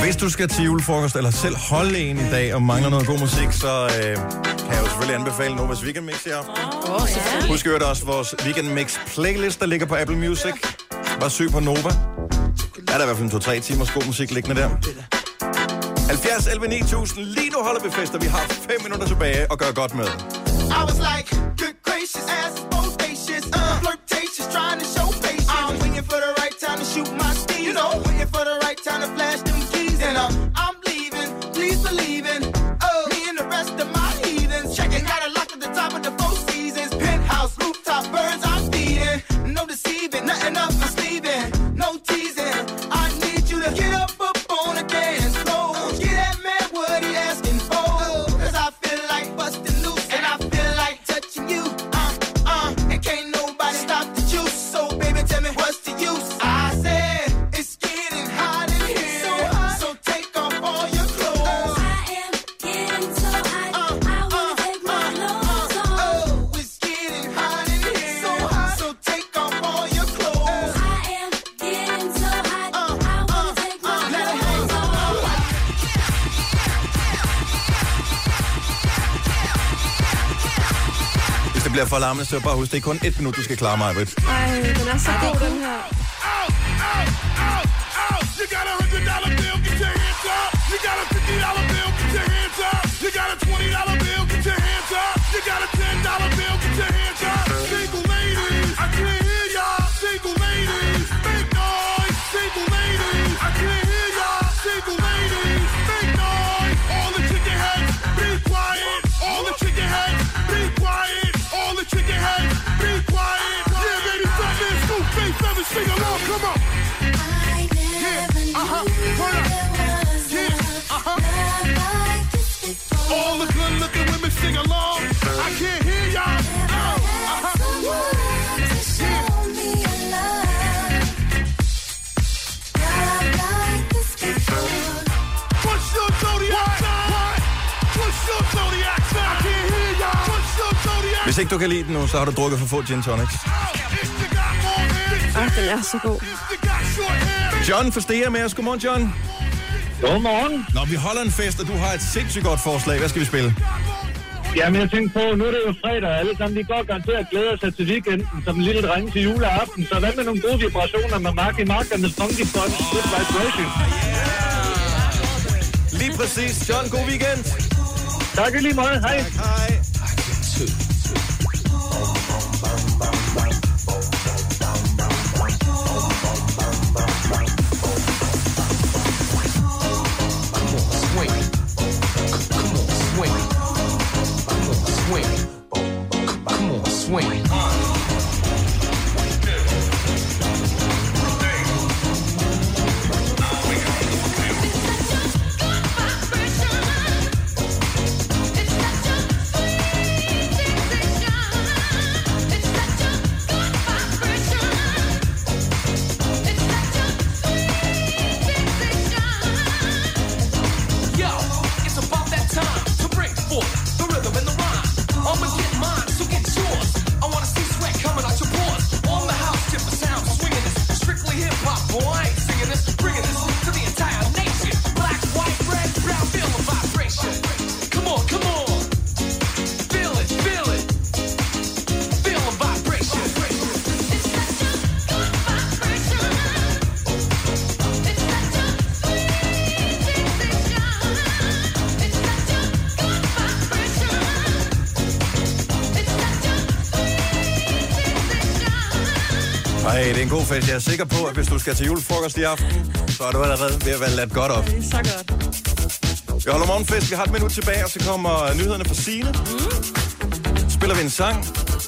Hvis du skal til julefrokost, eller selv holde en i dag, og mangler noget god musik, så øh, kan jeg jo selvfølgelig anbefale Novas Weekend Mix her. Åh, selvfølgelig. Husk at høre også vores Weekend Mix playlist, der ligger på Apple Music. Bare søg på Nova. Der er der i hvert fald en to-tre timers god musik liggende der. halvfjerds elleve ni tusind. Lige nu holder vi fester. Vi har fem minutter tilbage og gør godt med. I was like, good gracious, ass is bodacious, uh, flirtatious, trying to show patience. I'm waiting for the right time to shoot my steam, you know, waiting for the right time to flash them keys, and uh, I'm leaving, please believe in, oh, me and the rest of my heathens, checking out a lock at the top of the Four Seasons, penthouse, rooftop, birds I'm feeding, no deceiving, nothing up my sleeving, no teasing, I need you to get up, up on the dance floor, get that man what he asking for, cause I feel like busting loose, and I feel like touching you, uh, uh, and can't nobody stop the juice, so baby tell me what's the use, I said, it's getting hot in here, so, hot. So take off all your clothes, I am getting so hot. I wanna take my clothes off. oh, it's getting hot in here, so hot, so take off all your clothes, I am getting so hot. I wanna take my let it hang clothes off. Hvis det bliver for larmende, så bare husk, det er kun et minut, du skal klare mig, Britt. Ej, den er så god, den her. You got a hundred dollar bill, get your hands up. You got a fifty dollar bill, get your hands up. You got a twenty dollar bill, get your hands up. You got a ten dollar bill, get your hands up. Single ladies, I can't hear y'all. Single ladies, make noise. Single ladies, I can't hear y'all. Single ladies, make noise. All the chicken heads, be quiet. All the chicken heads, be quiet. All the chicken heads, be quiet. Yeah, baby, fat man, scoop, face, seven, sing along, come on. I never knew uh-huh, hold up. there was Yeah, uh-huh. love like this before. All the good looking women sing along. I can't hear y'all. Oh, uh-huh. Someone to show me a love, love like this before. What's your zodiac sign? What's your zodiac sign? I can't hear y'all. What's your zodiac? Hvis ikke du kan lide den nu, så har du drukket for få gin tonics. If you got more hair, Ej, den er så god. if you got short hair. John forstår med os. Godmorgen, John. Godmorgen. Når vi holder en fest, og du har et sindssygt godt forslag. Hvad skal vi spille? Jamen, jeg tænkte på, nu er det jo fredag, og alle sammen, de går garanteret glæder sig til weekenden, som en lille dreng til juleaften. Så hvad med nogle gode vibrationer med Mark i Mark og med Funky Fun? Good vibration. Lige præcis. John, god weekend. Tak i lige meget. Hej. Hej. Ej, det er en god fest. Jeg er sikker på, at hvis du skal til julefrokost i aften, så er du allerede ved at være ladt godt op. Det er så godt. Vi holder morgenfest. Vi har et minut tilbage, og så kommer nyhederne fra Signe. Mm. Spiller vi en sang,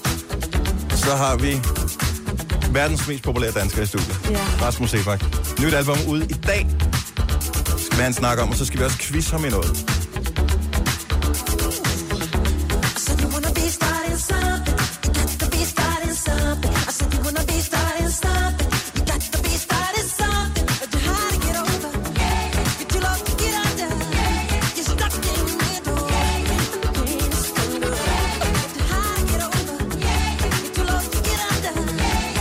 så har vi verdens mest populære dansker i studiet. Ja. Rasmus Sebak. Nyt album ude i dag. Skal vi have en snak om, og så skal vi også quiz ham i noget.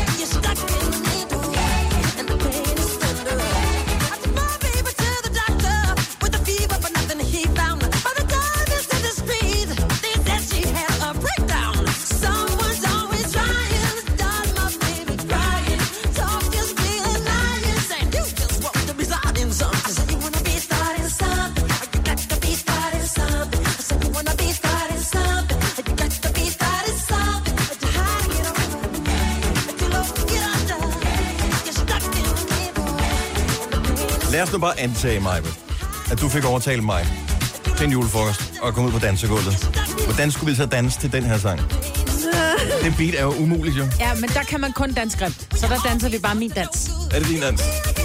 Doctor Lad os nu bare antage mig, at du fik overtalt mig til en julefrokost og komme ud på dansegulvet. Hvordan skulle vi så danse til den her sang? Det beat er jo umuligt, jo. Ja, men der kan man kun danse grimt. Så der danser vi bare min dans. Er det din dans?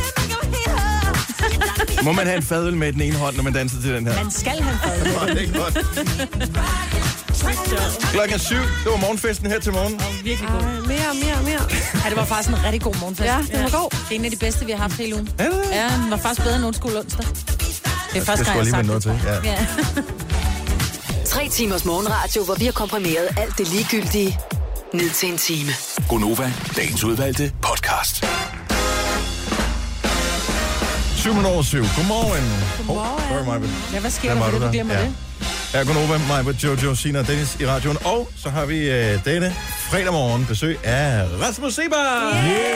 Må man have en fadøl med den ene hånd, når man danser til den her? Man skal have en fadøl. Det er godt. Klokken er syv. Det var morgenfesten her til morgen. Oh, virkelig god. Ej, mere, mere, mere. Ja, det var faktisk en rigtig god morgenfest. Ja, det var god. Det er en af de bedste, vi har haft hele ugen. Er det? Ja, den var faktisk bedre end onsdag onsdag. Det er første gang, jeg har sagt det. Ja. Ja. Tre timers morgenradio, hvor vi har komprimeret alt det ligegyldige ned til en time. Gonova, dagens udvalgte podcast. syv over syv. Godmorgen. Godmorgen. Oh, sorry, Ja, hvad sker der, der for det, du glemmer ja. det? Her går Nova, mig på Jojo, Sina og Dennis i radioen. Og så har vi øh, denne fredag morgen besøg af Rasmus Seebach.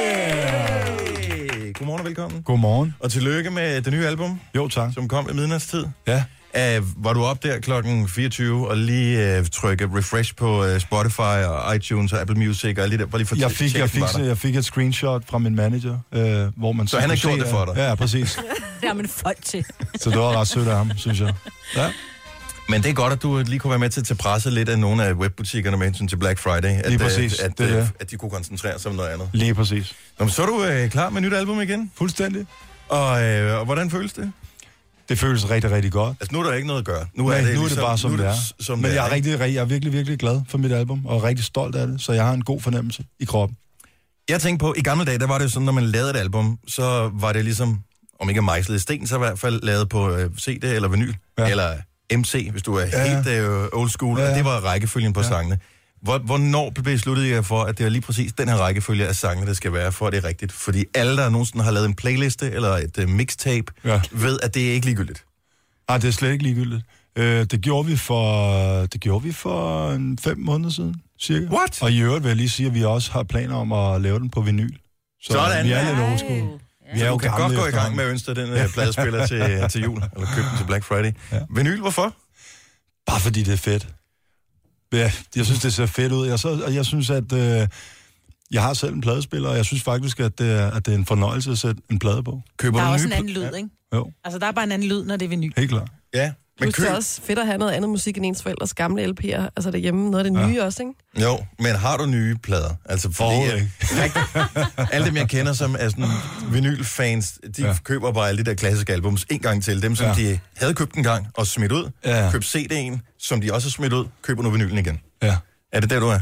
Yeah! Godmorgen og velkommen. Godmorgen. Og tillykke med det nye album. Jo, tak. Som kom i midnatstid. Ja. Uh, var du op der klokken fireogtyve og lige uh, trykke refresh på uh, Spotify og iTunes og Apple Music og alt det der? Bare lige for jeg, fik, jeg, fik, jeg fik et screenshot fra min manager, øh, hvor man... Så han har gjort det for dig? Ja, præcis. Det har man folk til. Så det var ret sødt af ham, synes jeg. Ja. Men det er godt, at du lige kunne være med til at presse lidt af nogle af webbutikkerne med hensyn til Black Friday. At, lige præcis. At, at, det at, det. at de kunne koncentrere sig om noget andet. Lige præcis. Nå, så er du øh, klar med et nyt album igen? Fuldstændig. Og, øh, og hvordan føles det? Det føles rigtig, rigtig godt. Altså, nu er der ikke noget at gøre. Nu Nej, er det, nu er ligesom, det bare, som nu det er. Som Men det jeg er, er, rigtig, jeg er virkelig, virkelig glad for mit album, og rigtig stolt af det, så jeg har en god fornemmelse i kroppen. Jeg tænkte på, i gamle dage, der var det jo sådan, når man lavede et album, så var det ligesom, om ikke mejslet i sten, så i hvert fald lavet på øh, C D eller vinyl, ja. Eller M C, hvis du er ja. helt øh, old school, ja. Og det var rækkefølgen på ja. sangene. Hvor, hvornår besluttede jeg for, at det er lige præcis den her rækkefølge af sangene, der skal være, for at det er rigtigt? Fordi alle, der nogensinde har lavet en playliste eller et uh, mixtape, ja. ved, at det er ikke ligegyldigt. Nej, det er slet ikke ligegyldigt. Øh, det gjorde vi for det gjorde vi for en fem måneder siden, cirka. What? Og i øvrigt vil jeg lige sige, at vi også har planer om at lave den på vinyl. Så sådan. Vi er lidt old school. Vi er du jo kan godt gå i gang med at ønske den uh, pladespiller til, til jul, eller købe den til Black Friday. Ja. Vinyl, hvorfor? Bare fordi det er fedt. Ja, jeg synes, det ser fedt ud. Jeg, så, og jeg synes, at øh, jeg har selv en pladespiller, og jeg synes faktisk, at det, er, at det er en fornøjelse at sætte en plade på. Køber der er du også nye en anden pl- lyd, ja. ikke? Jo. Altså, der er bare en anden lyd, når det er vinyl. Helt klart. Ja. Men Plus det er også fedt at have noget andet musik end ens forældres gamle L P'er. Altså derhjemme, noget af det Ja. nye også, ikke? Jo, men har du nye plader? Altså, fordi Overhovedet jeg, alle dem, jeg kender, som er sådan vinylfans, de ja. køber bare alle de der klassiske albums en gang til. Dem, som ja. de havde købt en gang og smidt ud. Ja. Købt C D'en, som de også har smidt ud. Køber nu vinylen igen. Ja. Er det der, du er?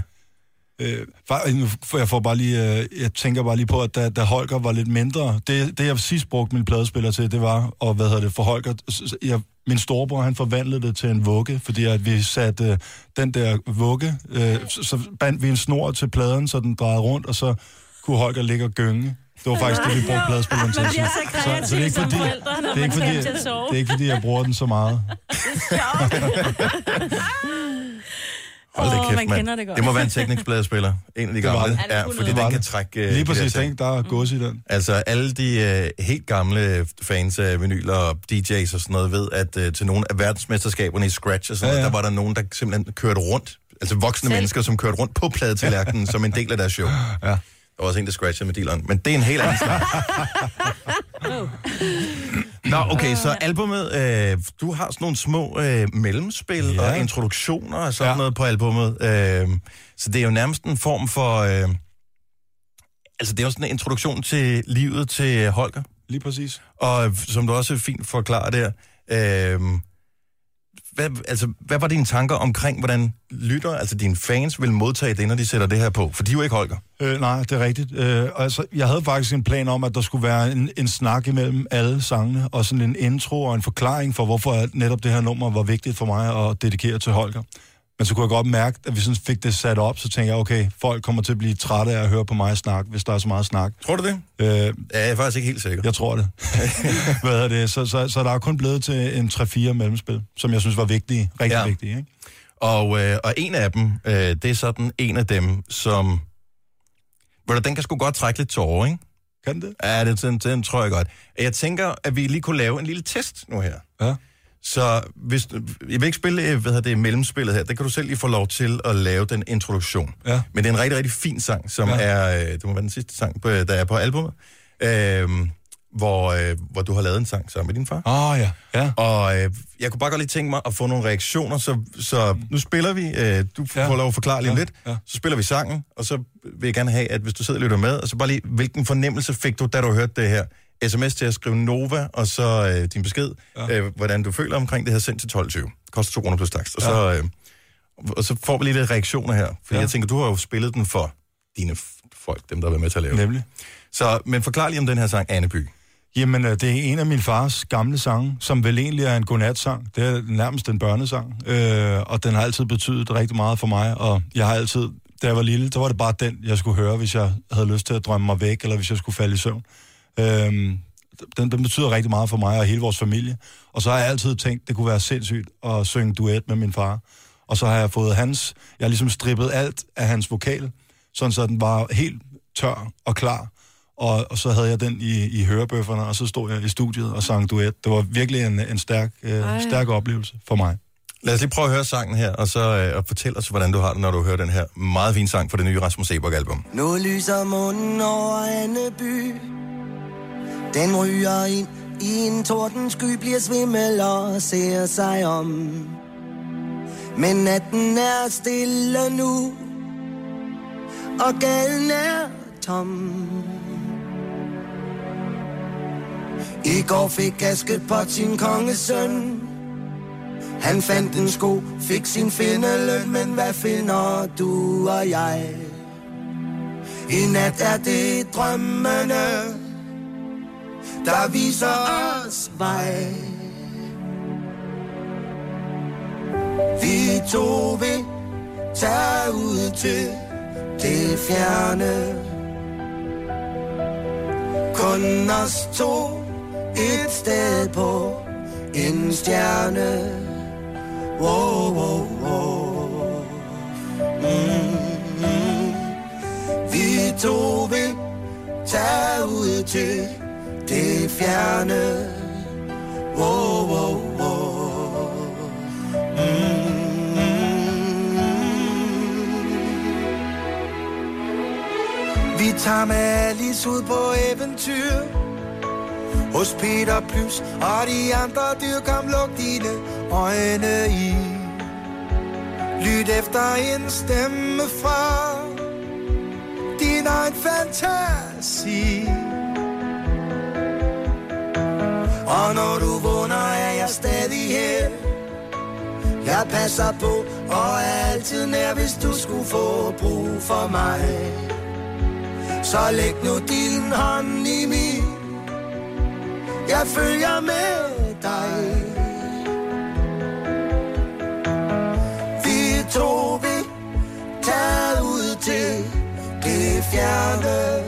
Øh, for jeg får bare lige, øh, jeg tænker bare lige på, at da, da Holger var lidt mindre, det, det jeg sidst brugte min pladespiller til, det var, og hvad hedder det, for Holger, jeg, min storebror, han forvandlede det til en vugge, fordi at vi satte øh, den der vugge, øh, så, så bandt vi en snor til pladen, så den drejede rundt, og så kunne Holger ligge og gynge. Det var faktisk det, vi brugte pladespilleren til. Man bliver så kreativ så, så det er ikke, som fordi, forældre, når det er ikke, man fordi, skal til at sove. det er ikke fordi, jeg bruger den så meget. Hold da Åh, kæft, man mand. kender det godt. Det må være en Technics-pladespiller. En af de Det var gamle. det. Ja, fordi den kan trække... Uh, Lige præcis, den, der er gås i den. Altså, alle de uh, helt gamle fans af vinyler og D J's og sådan noget ved, at uh, til nogle af verdensmesterskaberne i Scratch og sådan Ja, noget, ja. der var der nogen, der simpelthen kørte rundt. Altså voksne Selv. mennesker, som kørte rundt på pladetallerkenen som en del af deres show. Ja. Der var også en, der scratchede med dealeren. Men det er en helt anden snak. Nå, okay, så albumet, øh, du har sådan nogle små øh, mellemspil ja. og introduktioner og sådan ja. noget på albumet. Øh, så det er jo nærmest en form for... Øh, altså, det er jo sådan en introduktion til livet til Holger. Lige præcis. Og som du også fint forklarer der, øh, hvad, altså, hvad var dine tanker omkring, hvordan lytter, altså dine fans, vil modtage det, når de sætter det her på? For de er jo ikke Holger. Øh, nej, det er rigtigt. Øh, altså, jeg havde faktisk en plan om, at der skulle være en, en snak imellem alle sangene, og sådan en intro og en forklaring for, hvorfor netop det her nummer var vigtigt for mig at dedikere til Holger. Men så kunne jeg godt mærke, at vi sådan fik det sat op, så tænkte jeg, okay, folk kommer til at blive trætte af at høre på mig snak, hvis der er så meget snak. Tror du det? Øh, Ja, jeg er faktisk ikke helt sikker. Jeg tror det. Hvad er det? Så, så, så der er kun blevet til en tre fire mellemspil, som jeg synes var vigtige, rigtig Ja. vigtige. Ikke? Og, øh, og en af dem, øh, det er sådan en af dem, som... Hvor den kan sgu godt trække lidt tårer, ikke? Kan det? Ja, det, den, den tror jeg godt. Jeg tænker, at vi lige kunne lave en lille test nu her. Ja. Så hvis, jeg vil ikke spille hvad hedder det, mellemspillet her. Det kan du selv lige få lov til at lave den introduktion. Ja. Men det er en rigtig, rigtig fin sang, som Ja. er... Øh, det må være den sidste sang, på, der er på albumet. Øh, hvor, øh, hvor du har lavet en sang sammen med din far. Åh, oh, ja. ja. Og øh, jeg kunne bare godt lige tænke mig at få nogle reaktioner, så, så nu spiller vi, øh, du får Ja. lov at forklare lige om Ja. lidt, Ja. så spiller vi sangen, og så vil jeg gerne have, at hvis du sidder og lytter med, og så bare lige, hvilken fornemmelse fik du, da du hørte det her? Sms til at skrive Nova, og så øh, din besked, Ja. øh, hvordan du føler omkring det her, sendt til tolv tyve. Koster to kroner plus takst. Og, Ja. så, øh, og så får vi lige lidt reaktioner her, fordi Ja. jeg tænker, du har jo spillet den for dine f- folk, dem der har været med til at lave den. Nemlig. Så, men forklar lige om den her sang, Anneby. Jamen, øh, det er en af min fars gamle sange, som vel egentlig er en godnatsang. Det er nærmest en børnesang, øh, og den har altid betydet rigtig meget for mig, og jeg har altid, da jeg var lille, så var det bare den, jeg skulle høre, hvis jeg havde lyst til at drømme mig væk, eller hvis jeg skulle falde i søvn. Øh, den, den betyder rigtig meget for mig og hele vores familie, og så har jeg altid tænkt, det kunne være sindssygt at synge duet med min far. Og så har jeg fået hans, jeg har ligesom strippet alt af hans vokal, sådan så den var helt tør og klar. Og, og så havde jeg den i, i hørebøfferne, og så stod jeg i studiet og sang duet. Det var virkelig en, en stærk, øh, stærk oplevelse for mig. Lad os lige prøve at høre sangen her, og så øh, og fortæl os, hvordan du har det, når du hører den her meget fine sang fra det nye Rasmus Seebach-album. Nu lyser månen over Anneby. Den ryger ind i en tordensky, bliver svimmel og ser sig om. Men natten er stille nu, og gaden er tom. I går fik Askepot sin kongesøn. Han fandt en sko, fik sin findeløn, men hvad finder du og jeg? I nat er det drømmene, der viser os vej. Vi to vil tage ud til det fjerne. Kun os to, et sted på en stjerne. Wow, wow, wow. Mm-hmm. Vi to vil tage ud til det fjerne. Wow, wow, wow. Mm-hmm. Vi tager med Alice ud på eventyr hos Peter Plys og de andre dyr. Kom, luk dine øjne i. Lyt efter en stemme fra din egen fantasi. Og når du vågner, er jeg stadig her. Jeg passer på og er altid nær, hvis du skulle få brug for mig. Så læg nu din hånd i min. Jeg følger med dig. Vi to vil tage ud til det fjerne.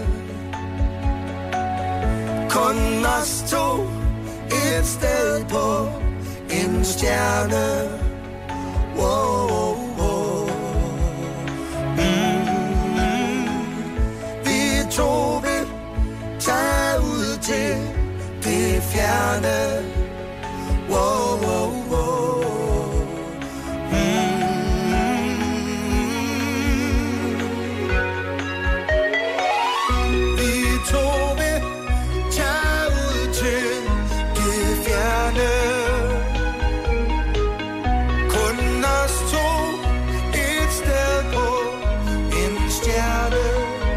Kun os to, et sted på en stjerne. Wow, wow, wow. Mm-hmm. Vi to vil tage ud til det fjerne. Wow, wow, wow. Mm-hmm. Vi to vil tage ud til det fjerne. Kun os to, et sted på en stjerne.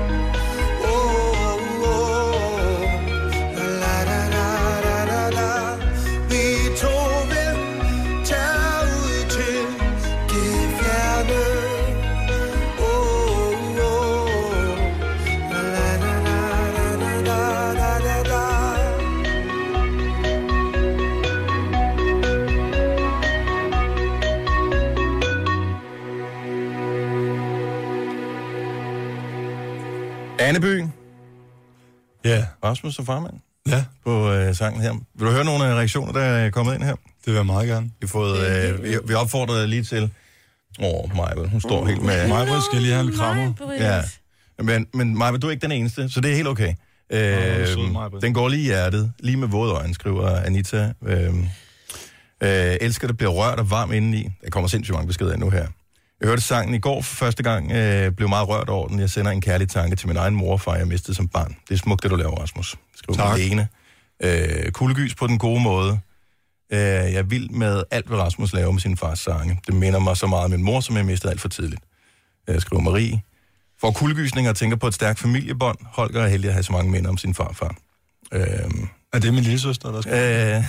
Anneby. Ja. Yeah. Rasmus og farmand. Ja. På øh, sangen her. Vil du høre nogle af reaktioner, der er kommet ind her? Det vil jeg meget gerne. Vi, har fået, øh, vi, vi opfordrede lige til... Åh, oh, Majbel, hun står uh, helt med... Majbel skal lige have en krammer. Ja. Men, men Majbel, du er ikke den eneste, så det er helt okay. Øh, sød, den går lige i hjertet, lige med våde øjne, skriver Anita. Øh, øh, elsker, det bliver rørt og varm indeni. Der kommer sindssygt mange beskeder nu her. Jeg hørte sangen i går for første gang, øh, blev meget rørt over den. Jeg sender en kærlig tanke til min egen mor og far, jeg mistede som barn. Det er smukt, det du laver, Rasmus. Skriver Malene. Øh, kuldegys på den gode måde. Øh, jeg er vild med alt, hvad Rasmus laver med sin fars sange. Det minder mig så meget om min mor, som jeg mistede alt for tidligt. Jeg skriver Marie. For kuldegysninger og tænker på et stærkt familiebånd. Holger er heldig at have så mange minder om sin farfar. Øh, er det min lille søster, der skal? Øh,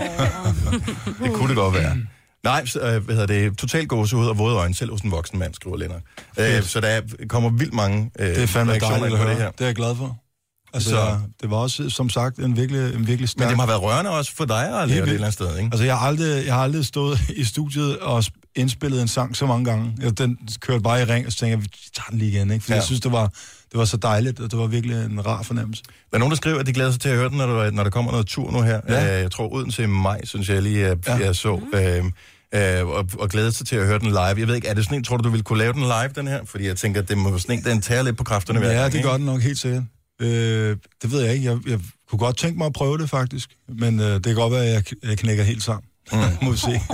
det kunne det godt være. Nej, øh, hvad hedder det? Totalt gåsehud og våde øjne, selv hos en voksen mand, skriver Lennart. Øh, så der kommer vildt mange øh, det er fandme dejligt at høre. Det, her. Det er jeg glad for. Altså, så, det var også, som sagt, en virkelig, en virkelig stærk... Men det har været rørende også for dig at lave det et eller andet sted, ikke? Altså, jeg har aldrig, jeg har aldrig stået i studiet og indspillet en sang så mange gange. Jeg, den kørte bare i ring, og så tænkte jeg, vi tager den lige igen, ikke? For ja. jeg synes, det var, det var så dejligt, og det var virkelig en rar fornemmelse. Der er nogen, der skriver, at de glæder sig til at høre den, når der, når der kommer noget tur nu her. Ja. Jeg tror, uden til maj, synes jeg lige, at ja. jeg så... Øh, Øh, og, og glæder sig til at høre den live. Jeg ved ikke, er det sådan en, tror du, du ville kunne lave den live, den her? Fordi jeg tænker, at det må være sådan en, den tager lidt på kræfterne. Ja, gang, det gør den nok helt sikkert. Øh, det ved jeg ikke. Jeg, jeg kunne godt tænke mig at prøve det, faktisk. Men øh, det kan godt være, at jeg, jeg knækker helt sammen. Mm. Må vi se.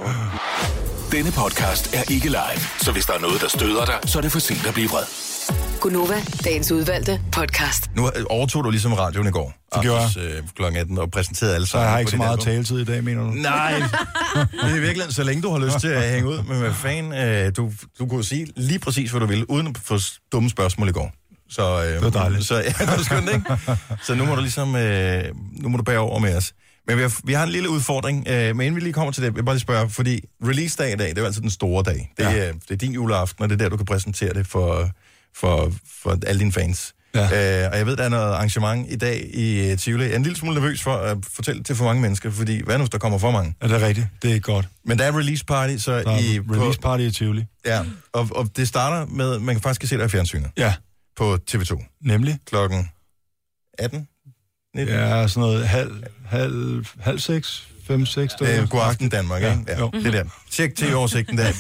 Denne podcast er ikke live, så hvis der er noget, der støder dig, så er det for sent at blive vred. Gunova, dagens udvalgte podcast. Nu overtog du ligesom radioen i går. Det gjorde jeg. Øh, klokken atten og præsenterede alle sammen. Så jeg har ikke så meget taletid i dag, mener du? Nej, det er virkelig, så længe du har lyst til at hænge ud. Men hvad fanden, øh, du, du kunne sige lige præcis, hvad du ville, uden at få dumme spørgsmål i går. Så, øh, det var dejligt. Så, ja, det var skønt, ikke? Så nu må du ligesom, øh, nu må du bære over med os. Men vi har, vi har en lille udfordring, øh, men inden vi lige kommer til det, jeg vil bare lige spørge, fordi release-dag i dag, det er jo altid den store dag. Det er, ja. det er din juleaften, og det er der, du kan præsentere det for, for, for alle dine fans. Ja. Øh, og jeg ved, der er noget arrangement i dag i Tivoli. Jeg er en lille smule nervøs for at fortælle til for mange mennesker, fordi hvad nu, der kommer for mange? Ja, det er rigtigt. Det er ikke godt. Men der er release party, så der er i... release party i Tivoli. Ja, og, og det starter med, man kan faktisk se det i fjernsynet. Ja. På T V to. Nemlig? Klokken atten? nitten? Ja, sådan noget halv, halv, halv seks, fem, seks. Øh, god aften Danmark, ja. Ikke? Ja, jo. det der. Tjek til oversigten der.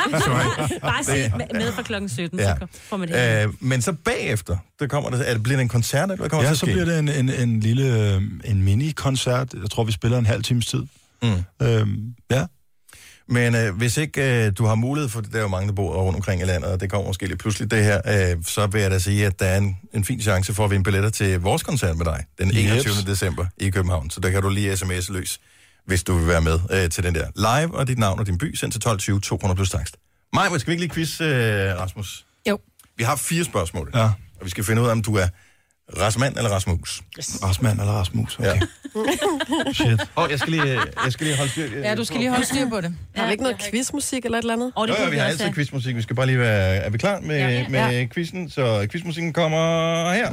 Bare se med fra klokken sytten, ja. Så får man det. Øh, men så bagefter, det kommer det, er det bliver det en koncert, eller hvad kommer ja, til så bliver det en, en, en lille en mini-koncert. Jeg tror, vi spiller en halv times tid. Mm. Øhm, ja. Men øh, hvis ikke øh, du har mulighed for det, der er jo mange, der bor rundt omkring i landet, og det kommer måske lidt pludselig det her, øh, så vil jeg da sige, at der er en, en fin chance for at vinde billetter til vores koncert med dig, den enogtyvende december i København. Så der kan du lige sms'e løs, hvis du vil være med øh, til den der live, og dit navn og din by, sendt til tolv tyve to hundrede plus takst. Maja, skal vi ikke lige quiz, øh, Rasmus? Jo. Vi har fire spørgsmål, ja. Og vi skal finde ud af, om du er Rasmand eller Rasmus. Yes. Rasmand eller Rasmus, okay. Ja. Shit. Åh, oh, jeg, skal lige, jeg skal lige holde styr. Ja, du skal lige holde styr på det. Har vi ikke noget quizmusik eller et eller andet? Oh, jo, jo, vi har altid quizmusik. Vi skal bare lige være... Er vi klar med, ja, ja. med ja. quizzen? Så quizmusikken kommer her.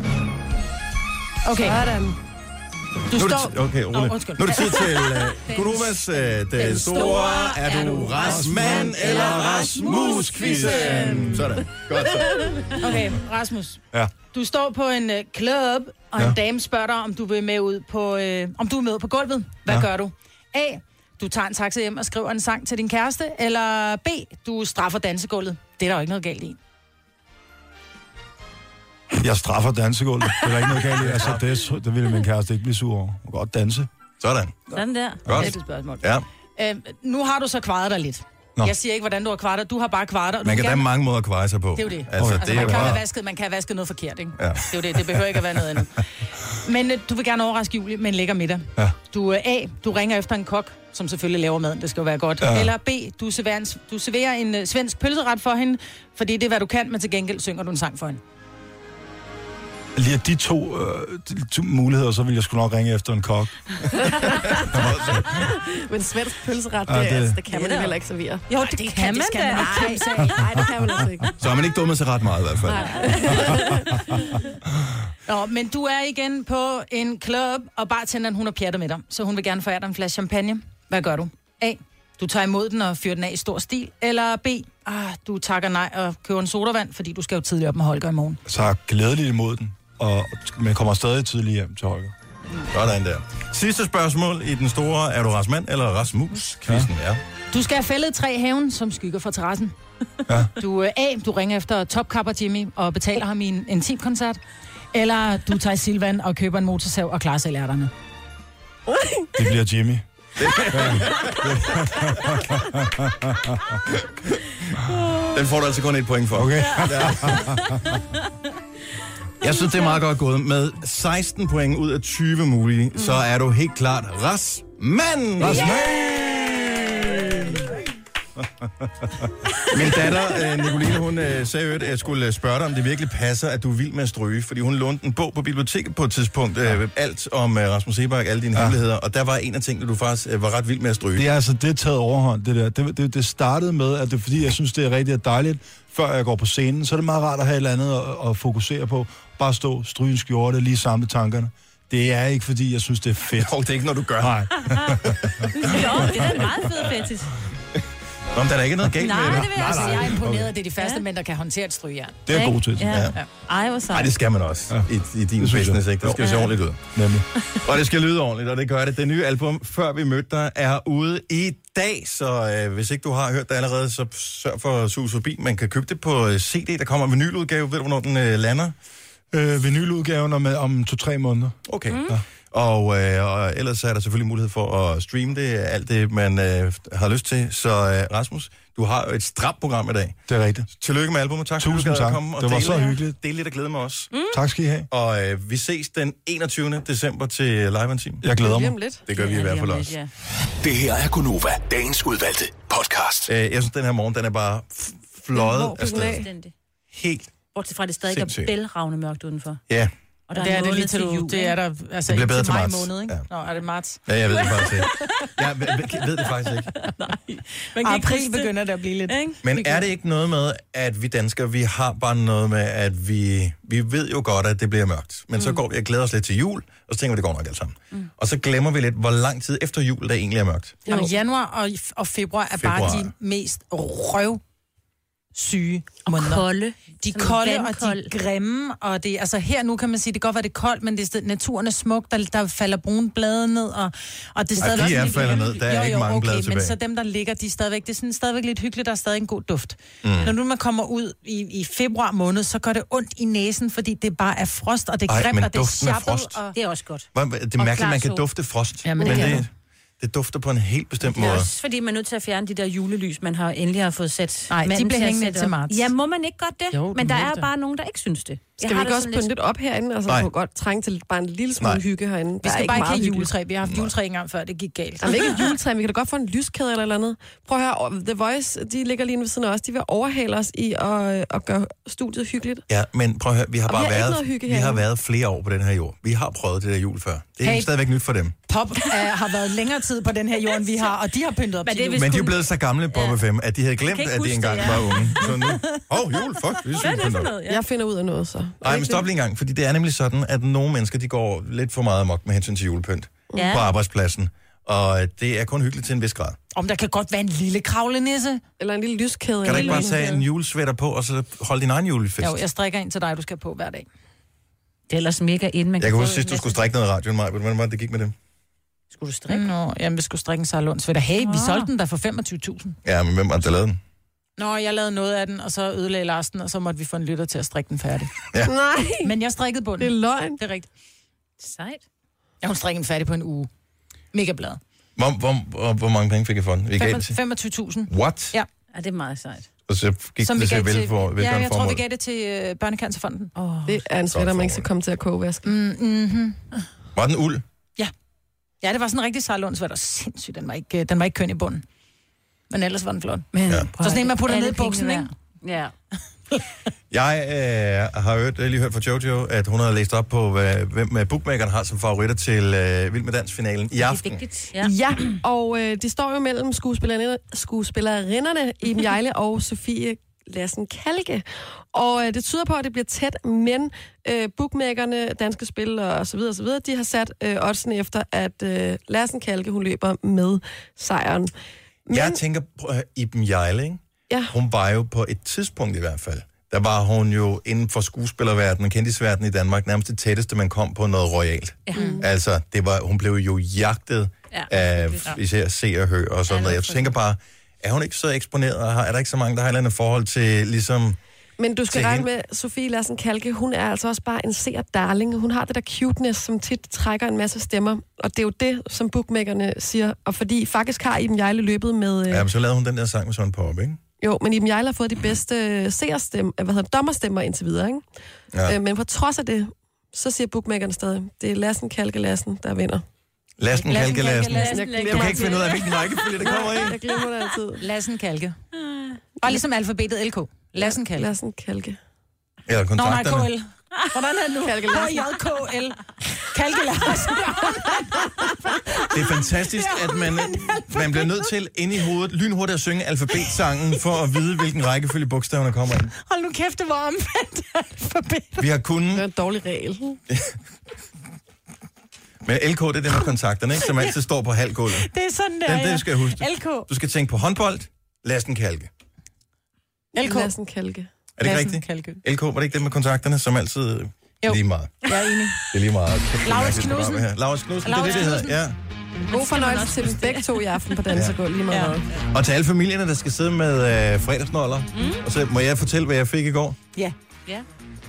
Okay. Sådan. Du nu står... T- okay, Rune. Oh, nu er det tid til uh, Gunovas uh, Den, Den store... Er du Rasmand eller Rasmus-quizzen? Sådan. Godt så. Okay, Rasmus. Ja. Du står på en uh, club, og ja. en dame spørger dig, om du vil med ud på, uh, om du er med på gulvet. Hvad ja. gør du? A. Du tager en taxa hjem og skriver en sang til din kæreste. Eller B. Du straffer dansegulvet. Det er der jo ikke noget galt i. Jeg straffer dansegulvet. Det er der ikke noget galt i. Altså, det, det ville min kæreste ikke blive sur over. Hun kan godt danse. Sådan. Sådan der. Godt. Det er et spørgsmål. Ja. Uh, nu har du så kvaret dig lidt. Nå. Jeg siger ikke, hvordan du har kvaret dig. Du har bare kvaret dig. Man kan gerne... da mange måder at kvare sig på. Det er jo det. Altså, altså, det man, er kan bare... have vasket, man kan have vasket noget forkert, ikke? Ja. Det er jo det. Det behøver ikke at være noget andet. Men uh, du vil gerne overraske Julie med en lækker middag. Ja. Du, uh, A. Du ringer efter en kok, som selvfølgelig laver maden. Det skal jo være godt. Ja. Eller B. Du serverer en, du serverer en uh, svensk pølseret for hende, fordi det er, hvad du kan, men til gengæld synger du en sang for hende. Lige af de to, øh, de to muligheder, så vil jeg sgu nok ringe efter en kok. Men svensk pølseret, det, ja, det, det... Altså, det kan man jo heller ikke servere. Jo, det, det kan, kan man da. Nej, nej, det kan man altså ikke. Så har man ikke dummet sig ret meget i hvert fald. Nå, men du er igen på en club, og bartenderen, hun har pjattet med dig, så hun vil gerne forære dig en flaske champagne. Hvad gør du? A. Du tager imod den og fyrer den af i stor stil. Eller B. Ah, du takker nej og køber en sodavand, fordi du skal jo tidligt op med Holger i morgen. Så har glædeligt imod den, og man kommer stadig tidligt hjem til Holger. Sådan der. Sidste spørgsmål i den store, er du Rasmand eller Rasmus-quizzen? Ja. Ja. Du skal have fældet tre haven, som skygger fra terrassen. Ja. Du A. Du ringer efter topkapper Jimmy og betaler ham i en intimkoncert. Eller du tager Silvan og køber en motorsav og klarer selv ærterne. Det bliver Jimmy. Den får du altså kun et point for. Okay. Ja. Jeg synes, det er meget godt gået. Med seksten point ud af tyve mulige, mm. så er du helt klart Rasmand! Rasmand! Min datter, øh, Nicoline, hun øh, sagde jo, at jeg skulle spørge dig, om det virkelig passer, at du er vild med at stryge. Fordi hun lånte en bog på biblioteket på et tidspunkt. Øh, alt om øh, Rasmus Seebach, alle dine ja. hemmeligheder. Og der var en af tingene, du faktisk øh, var ret vild med at stryge. Det er altså, det er taget overhånd, det der. Det, det, det startede med, at det er fordi, jeg synes, det er rigtig dejligt. Før jeg går på scenen, så er det meget rart at have et eller andet at, at fokusere på. Bare stå, stryge en skjorte, lige samle tankerne. Det er ikke, fordi jeg synes, det er fedt. Jo, det er ikke, når du gør. Nej. Jo, det er en meget fed fetis. Nå, men der er ikke noget galt nej, med det. Det vil jeg sige. Jeg er imponeret, okay. Det er de første ja. mænd, der kan håndtere et strygjern. Det er god til. Ja. Ja. Ej, hvor sejt. Ej, det skal man også ja. i, i din business, ikke? Det skal ja. se ordentligt ud. Nemlig. Og det skal lyde ordentligt, og det gør det. Det nye album, Før vi mødte dig, er ude i dag, så øh, hvis ikke du har hørt det allerede, så sørg for at suge forbi. Man kan købe det på C D, der kommer en vinyludgave. Ved du, hvornår den øh, lander? Øh, vinyludgaven om, om to-tre måneder. Okay. Mm. Ja. Og, øh, og ellers er der selvfølgelig mulighed for at streame det, alt det, man øh, har lyst til. Så øh, Rasmus, du har jo et stramt program i dag. Det er rigtigt. Tillykke med albumet. Tak, Tusind tak. Komme og det var dele, så hyggeligt. Det er lidt at glæde med os. Mm. Tak skal I have. Og øh, vi ses den enogtyvende december til Live on Team. Jeg glæder mig. Det gør vi i hvert fald også. Ja. Det her er Gunova, dagens udvalgte podcast. Øh, jeg synes, den her morgen, den er bare fløjet afsted. Helt bortset fra, det stadig er bælragende mørkt udenfor. Ja. Og der det er, er det lige til jul. Det er der altså det bliver bedre til maj marts. måned, ikke? Ja. Nå, er det marts? Ja, jeg ved det faktisk ikke. Jeg ved, ved det faktisk ikke. Nej. April begynder det at blive lidt. Ikke? Men er det ikke noget med, at vi danskere, vi har bare noget med, at vi, vi ved jo godt, at det bliver mørkt. Men mm. så går vi og glæder os lidt til jul, og så tænker vi, det går nok alt sammen. Mm. Og så glemmer vi lidt, hvor lang tid efter jul, der egentlig er mørkt. Jamen, januar og, og februar er februar. bare de mest røv syge måneder. Kolde. De er kolde, og de er grimme, og det altså her nu kan man sige, det kan godt være, det er koldt, men det er, naturen er smuk, der, der falder brune blade ned, og, og det er stadigvæk... Ej, de er falder ned, der er jo, jo, ikke mange okay, blade tilbage. Men så dem, der ligger, de er stadigvæk, det er sådan stadigvæk lidt hyggeligt, der er stadig en god duft. Mm. Når nu man kommer ud i, i februar måned, så gør det ondt i næsen, fordi det bare er frost, og det er grimt, og det er sjappet. Og... Det er også godt. Det er mærkeligt, man kan dufte frost. Ja, men det, men det Det dufter på en helt bestemt måde. Det er måde. også fordi, man er nødt til at fjerne de der julelys, man har endelig har fået sat. Nej, de bliver hængende til marts. Ja, må man ikke godt det? Jo, men der er det. bare nogen, der ikke synes det. Skal vi ikke også pynte lidt op herinde? Altså, vi kunne godt trænge til bare en lille smule hygge herinde. Vi skal bare ikke have juletræ. Vi har haft juletræ engang før, det gik galt. Jamen ikke et juletræ, vi kan da godt få en lyskæde eller, eller andet. Prøv at høre, The Voice, de ligger lige ved siden af os. De vil overhale os i at, at gøre studiet hyggeligt. Ja, men prøv at høre, vi har og bare vi har været, vi har været flere år på den her jord. Vi har prøvet det der jul før. Det er hey, stadigvæk nyt for dem. Pop uh, har været længere tid på den her jord, end vi har, og de har pyntet op men til jul. Men de er blevet så gamle, Pop ja. F M, at de havde glemt, at de engang det, ja. var unge. Så nu, åh, oh, jul, fuck, vi synes det noget, ja. Jeg finder ud af noget, så. Nej, men stop lige en gang, fordi det er nemlig sådan, at nogle mennesker, de går lidt for meget amok med hensyn til julepynt ja. på arbejdspladsen. Og det er kun hyggeligt til en vis grad. Om der kan godt være en lille kravlenisse. Eller en lille lyskæde. Kan du ikke bare tage en julesvætter på, og så holde din egen julefest? Jo, jeg strikker ind til dig, du skal på hver dag. Det er ellers mega ind, man jeg kan huske sidst, du skulle strikke noget i radioen, Maja. Hvordan var det, det gik med det? Skulle du strikke? Nå, jamen, vi skulle strikke en sarlundsvætter. Hey, vi solgte den der for femogtyve tusind. Ja, men hvem var det, der lavede den? Nå, jeg lavede noget af den, og så ødelagde Lars den, og så måtte vi få en lytter til at strikke den færdig. Ja. Nej. Men jeg strikkede på den. Det er løgn. Det er rigtigt. Sejt. Ja, hun strikkede den færdig på en uge. Mega blad. Hvor, hvor, hvor mange penge fik jeg for den? Vi gav femogtyve tusind. What? Ja. Ja, det er meget sejt. Og så gik Som det til vel for Ja, jeg tror, vi gav det til uh, Børnecancerfonden. Oh, det er en svætter, man ikke skal komme til at kogevaske. Mm, mm-hmm. Var den uld? Ja. Ja, det var sådan en rigtig sarlundsvætter. Sindssygt, den var ikke, den var ikke køn i bunden. Men ellers var den flot. Men, ja. Så sådan en, man putter ned i buksen, ikke? Ja. Jeg øh, har hørt, lige hørt fra Jojo, at hun har læst op på, hvad, hvem bookmakeren har som favoritter til øh, Vild med Dans-finalen i aften. Det er vigtigt. Ja, ja og øh, de står jo mellem skuespillerne, skuespillerinderne Iben Hjejle og Sofie Lassen Kalke. Og øh, det tyder på, at det bliver tæt, men øh, bookmakerne, Danske Spil og så videre, og så videre, de har sat øh, oddsen efter, at øh, Lassen Kalke, hun løber med sejren. Men... Jeg tænker på uh, Iben Hjejle, ikke? Ja. Hun var jo på et tidspunkt i hvert fald. Der var hun jo inden for skuespillerverdenen, kendisverdenen i Danmark, nærmest det tætteste, man kom på noget royalt. Ja. Mm. Altså, det var, hun blev jo jagtet ja. af især Se og Hør og sådan ja, noget. Jeg tænker bare, er hun ikke så eksponeret, og har, er der ikke så mange, der har et eller andet forhold til ligesom... Men du skal regne med, Sofie Lassen Kalke, hun er altså også bare en seer-darling. Hun har det der cuteness, som tit trækker en masse stemmer. Og det er jo det, som bookmakerne siger. Og fordi faktisk har Iben Hjejle løbet med... Øh... Ja, men så lavede hun den der sang med Søren Pop, ikke? Jo, men Iben Hjejle har fået de bedste seerstemmer, hvad hedder dommerstemmer indtil videre, ikke? Ja. Øh, men på trods af det, så siger bookmakerne stadig, det er Lassen Kalke Lassen, der vinder. Lassen, Kalke, Lassen. Jeg Du kan ikke finde ud af, hvilken rækkefølge det kommer i. Jeg glemmer det altid. Lassen Kalke. Og ligesom alfabetet L K. Lassen Kalke. Lassen Kalke. Eller Nå, nej, kontakterne. K L. Hvordan er det nu? Kalke Lassen. K J K L. Kalke Lassen. Det er fantastisk, at man, man bliver nødt til inde i hovedet lynhurtigt at synge alfabetsangen, for at vide, hvilken rækkefølge bogstaverne kommer i. Hold nu kæft, det var omvendt alfabet. Vi har kun... Det er en dårlig regel. Men L K, det er det med kontakterne, ikke? Som altid står på halvgulvet. Det er sådan der, Den, ja. det skal jeg huske. L K. Du skal tænke på håndbold, Lassen Kalke. L K. Lassen Kalke. Er det ikke Lassen rigtigt? Kalke. L K, var det ikke det med kontakterne, som altid... Jo. Lige meget. Jeg er enig. Det er lige meget. Laurits Knudsen. Laurits Knudsen, det er det, det hedder. Ja. God fornøjelse til dem begge to i aften på Dansegulv, lige meget. Ja. Og til alle familierne, der skal sidde med øh, fredagsnoller. Mm. Og så må jeg fortælle, hvad jeg fik i går. Ja. Ja.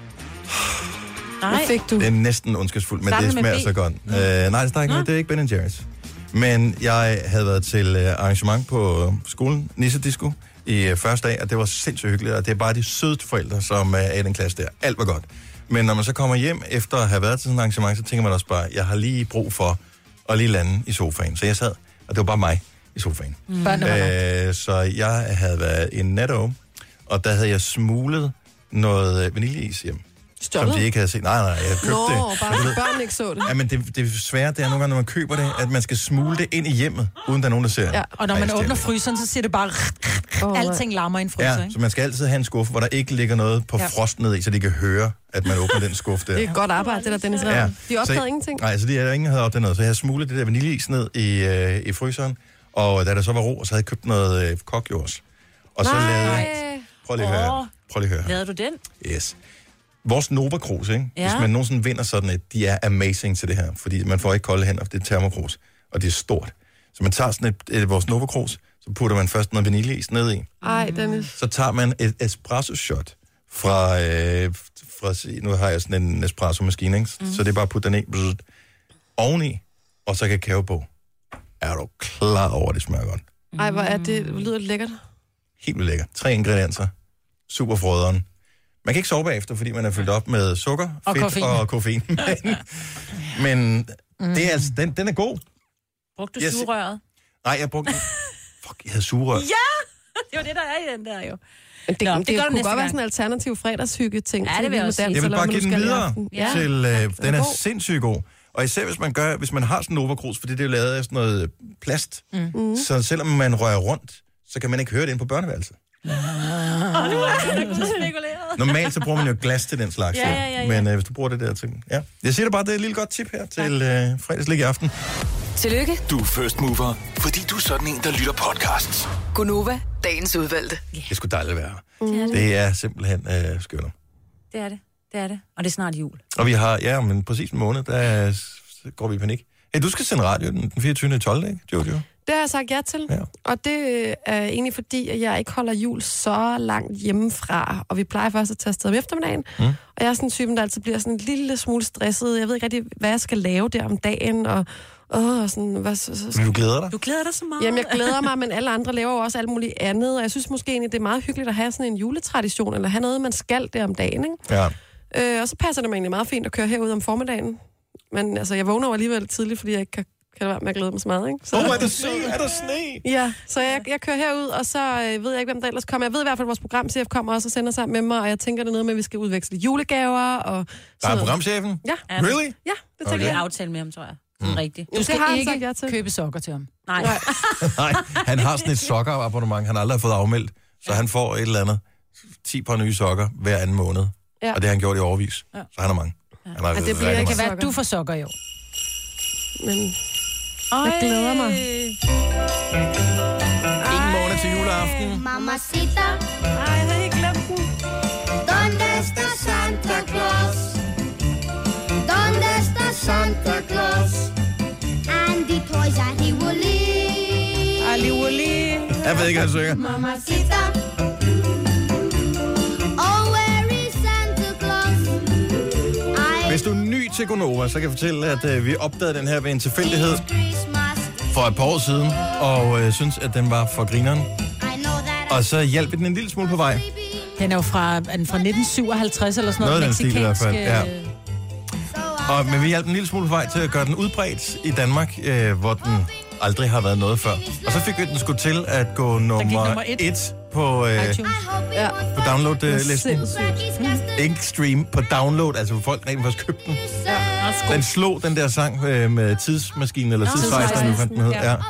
Hvad fik du? Det er næsten ondskabsfuldt, men Starter det med smager B. så godt. Mm. Øh, nej, det starter ikke med, det er ikke Ben and Jerry's. Men jeg havde været til øh, arrangement på øh, skolen, Nissedisco, i øh, første dag, og det var sindssygt hyggeligt, og det er bare de sødeste forældre, som øh, er i den klasse der. Alt var godt. Men når man så kommer hjem efter at have været til sådan et arrangement, så tænker man også bare, jeg har lige brug for at lige lande i sofaen. Så jeg sad, og det var bare mig i sofaen. Mm. Øh, så jeg havde været i Netto, og der havde jeg smuglet noget øh, vaniljeis hjem. Stjålet? Som de ikke havde set. Nej, nej, jeg købte Nå, det. bare Jeg ved- børn ikke så det. Ja, men det, det svære, det er nogle gange, når man køber det, at man skal smule det ind i hjemmet, uden der er nogen, der ser det. Ja. Og når Ej, man det er åbner det. fryseren, så siger det bare... Oh, Alting larmer i en fryser, Ja, ikke? så man skal altid have en skuffe, hvor der ikke ligger noget på Ja. frost ned i, så de kan høre, at man åbner den skuffe der. Det er et godt arbejde, det der, Dennis Ravn. Ja. De opdagede Så- ingenting. Nej, så de havde ingen havde opdaget noget. Så jeg havde smuglet det der vaniljeis ned i, øh, i fryseren, og da der så var ro, så havde jeg købt noget øh, kokjords. Og så Nej. lavede jeg... Prøv lige at høre. Prøv lige at høre. Lavede du den? Yes. Vores Nova Cruz, ikke? Ja. Hvis man nogensinde vinder sådan et, de er amazing til det her, fordi man får ikke kolde hænder, for det er termokrus, og det er stort. Så man tager sådan et, et vores Nova Cruz, så putter man først noget vaniljeis ned i. Ej, Dennis. Så tager man et espresso shot fra, øh, fra nu har jeg sådan en espresso-maskine, ikke? Mm. Så det er bare at putte den i, bzz, oveni, og så kakao på. Er du klar over, at det smager godt? Ej, hvor er det, det lyder lækkert. Helt vildt lækker. Tre ingredienser. Super frøderen. Man kan ikke sove bagefter, fordi man er fyldt op med sukker, Og fedt koffein. og koffein. men men mm. det er altså, den, den er god. Brugte du Jeg se- sugerøret? Nej, jeg brugte... Fuck, jeg havde sugerør. Ja! Det var det, der er i den der jo. Men det, Nå, det, det det gør du kunne næste godt være gang. sådan en alternativ fredagshygge-ting. Ja, til det vil Vild jeg med også Dans, sige. Jeg vil eller bare hvad give man den nu skal i videre aften. Ja. til... Øh, den er god. sindssygt god. Og især hvis man gør, hvis man har sådan en Nova Cruz, fordi det er jo lavet af sådan noget plast. Mm. Så selvom man rører rundt, så kan man ikke høre det inde på børneværelset. Og nu er det spekuleret. Normalt så bruger man jo glas til den slags. Ja, ja, ja, ja. Men øh, hvis du bruger det der ting... Ja. Jeg siger dig bare, det er et lille godt tip her til øh, fredagslig i aften. Tillykke, Du er first mover, fordi du er sådan en, der lytter podcasts. Gunova, dagens udvalgte. Det er sgu dejligt at være her. Mm. Det er simpelthen øh, skønt. Det er det. Det er det. Og det er snart jul. Og vi har, ja, men præcis en måned, der s- går vi i panik. Hey, du skal sende radio den fireogtyvende tolvte ikke, Jojo? Det har jeg sagt ja til. Ja. Og det er egentlig fordi, at jeg ikke holder jul så langt hjemmefra. Og vi plejer først at tage afsted om eftermiddagen. Mm. Og jeg er sådan en typen, der altid bliver sådan en lille smule stresset. Jeg ved ikke rigtig, hvad jeg skal lave der om dagen. Og, åh, og sådan, hvad, så, så, Men du glæder dig? Du glæder dig så meget. Jamen, jeg glæder mig, men alle andre laver jo også alt muligt andet. Og jeg synes måske egentlig, det er meget hyggeligt at have sådan en juletradition, eller have noget, man skal der om dagen, ikke? Ja. Øh, og så passer det mig egentlig meget fint at køre herud om formiddagen. Men altså, jeg vågner jo alligevel tidligt, fordi jeg ikke kan, kan lade være med at glæde mig så meget, ikke? Så, Åh, oh, er der sne? Er der sne? ja, så jeg, jeg kører herud, og så øh, ved jeg ikke, hvem der ellers kommer. Jeg ved i hvert fald, at vores programchef kommer også og sender sammen med mig, og jeg tænker, det er noget med, at vi skal udveksle julegaver og Der er sådan noget. programchefen? Ja. Really? Ja, det Så tænker vi jeg. har aftalt med ham, tror jeg. Sådan Mm. rigtigt. Du skal det har han ikke sagt ja til. købe sokker til ham. Nej. Nej, han har sådan et sokkerabonnement, han aldrig har fået afmeldt. Så han får et eller andet ti par nye sokker hver anden måned. Ja. Og det har han gjort i overvis. Ja. Så han har mange. Han har Ja, det bliver rigtig ikke Det kan mange. være, at du får sokker i år. Men jeg glæder mig. Ingen måned til juleaften. Mamacita, Ej, jeg havde ikke glemt den. ¿dónde está Santa Claus? ¿Dónde está Santa Claus? And the toys that he will leave. Ali Wally. Jeg ved ikke, hvad han synger. Mamacita. Oh, where is Santa Claus? I Hvis du er ny til Gonova, så kan jeg fortælle, at øh, vi opdagede den her ved en tilfældighed Christmas. for et par år siden, og øh, synes, at den var for grineren. I know that Og så hjalp vi den en lille smule på vej. Den er jo fra, er den fra nitten syvoghalvtreds eller sådan noget. Noget af den stil i hvert fald, mexicansk, ja. Og, men vi hjalp en lille smule på vej til at gøre den udbredt i Danmark, øh, hvor den aldrig har været noget før. Og så fik vi den sgu til at gå nummer, nummer et. et på, øh, Ja. på download-listen. Sindssygt. Ikke stream, på download, altså hvor folk rent faktisk købte den. Ja. Den slog den der sang øh, med tidsmaskinen, eller tidsrejsen, eller hvad den hed. Ja.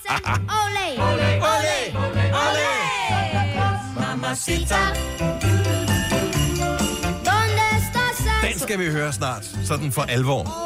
Den skal vi høre snart, sådan for alvor.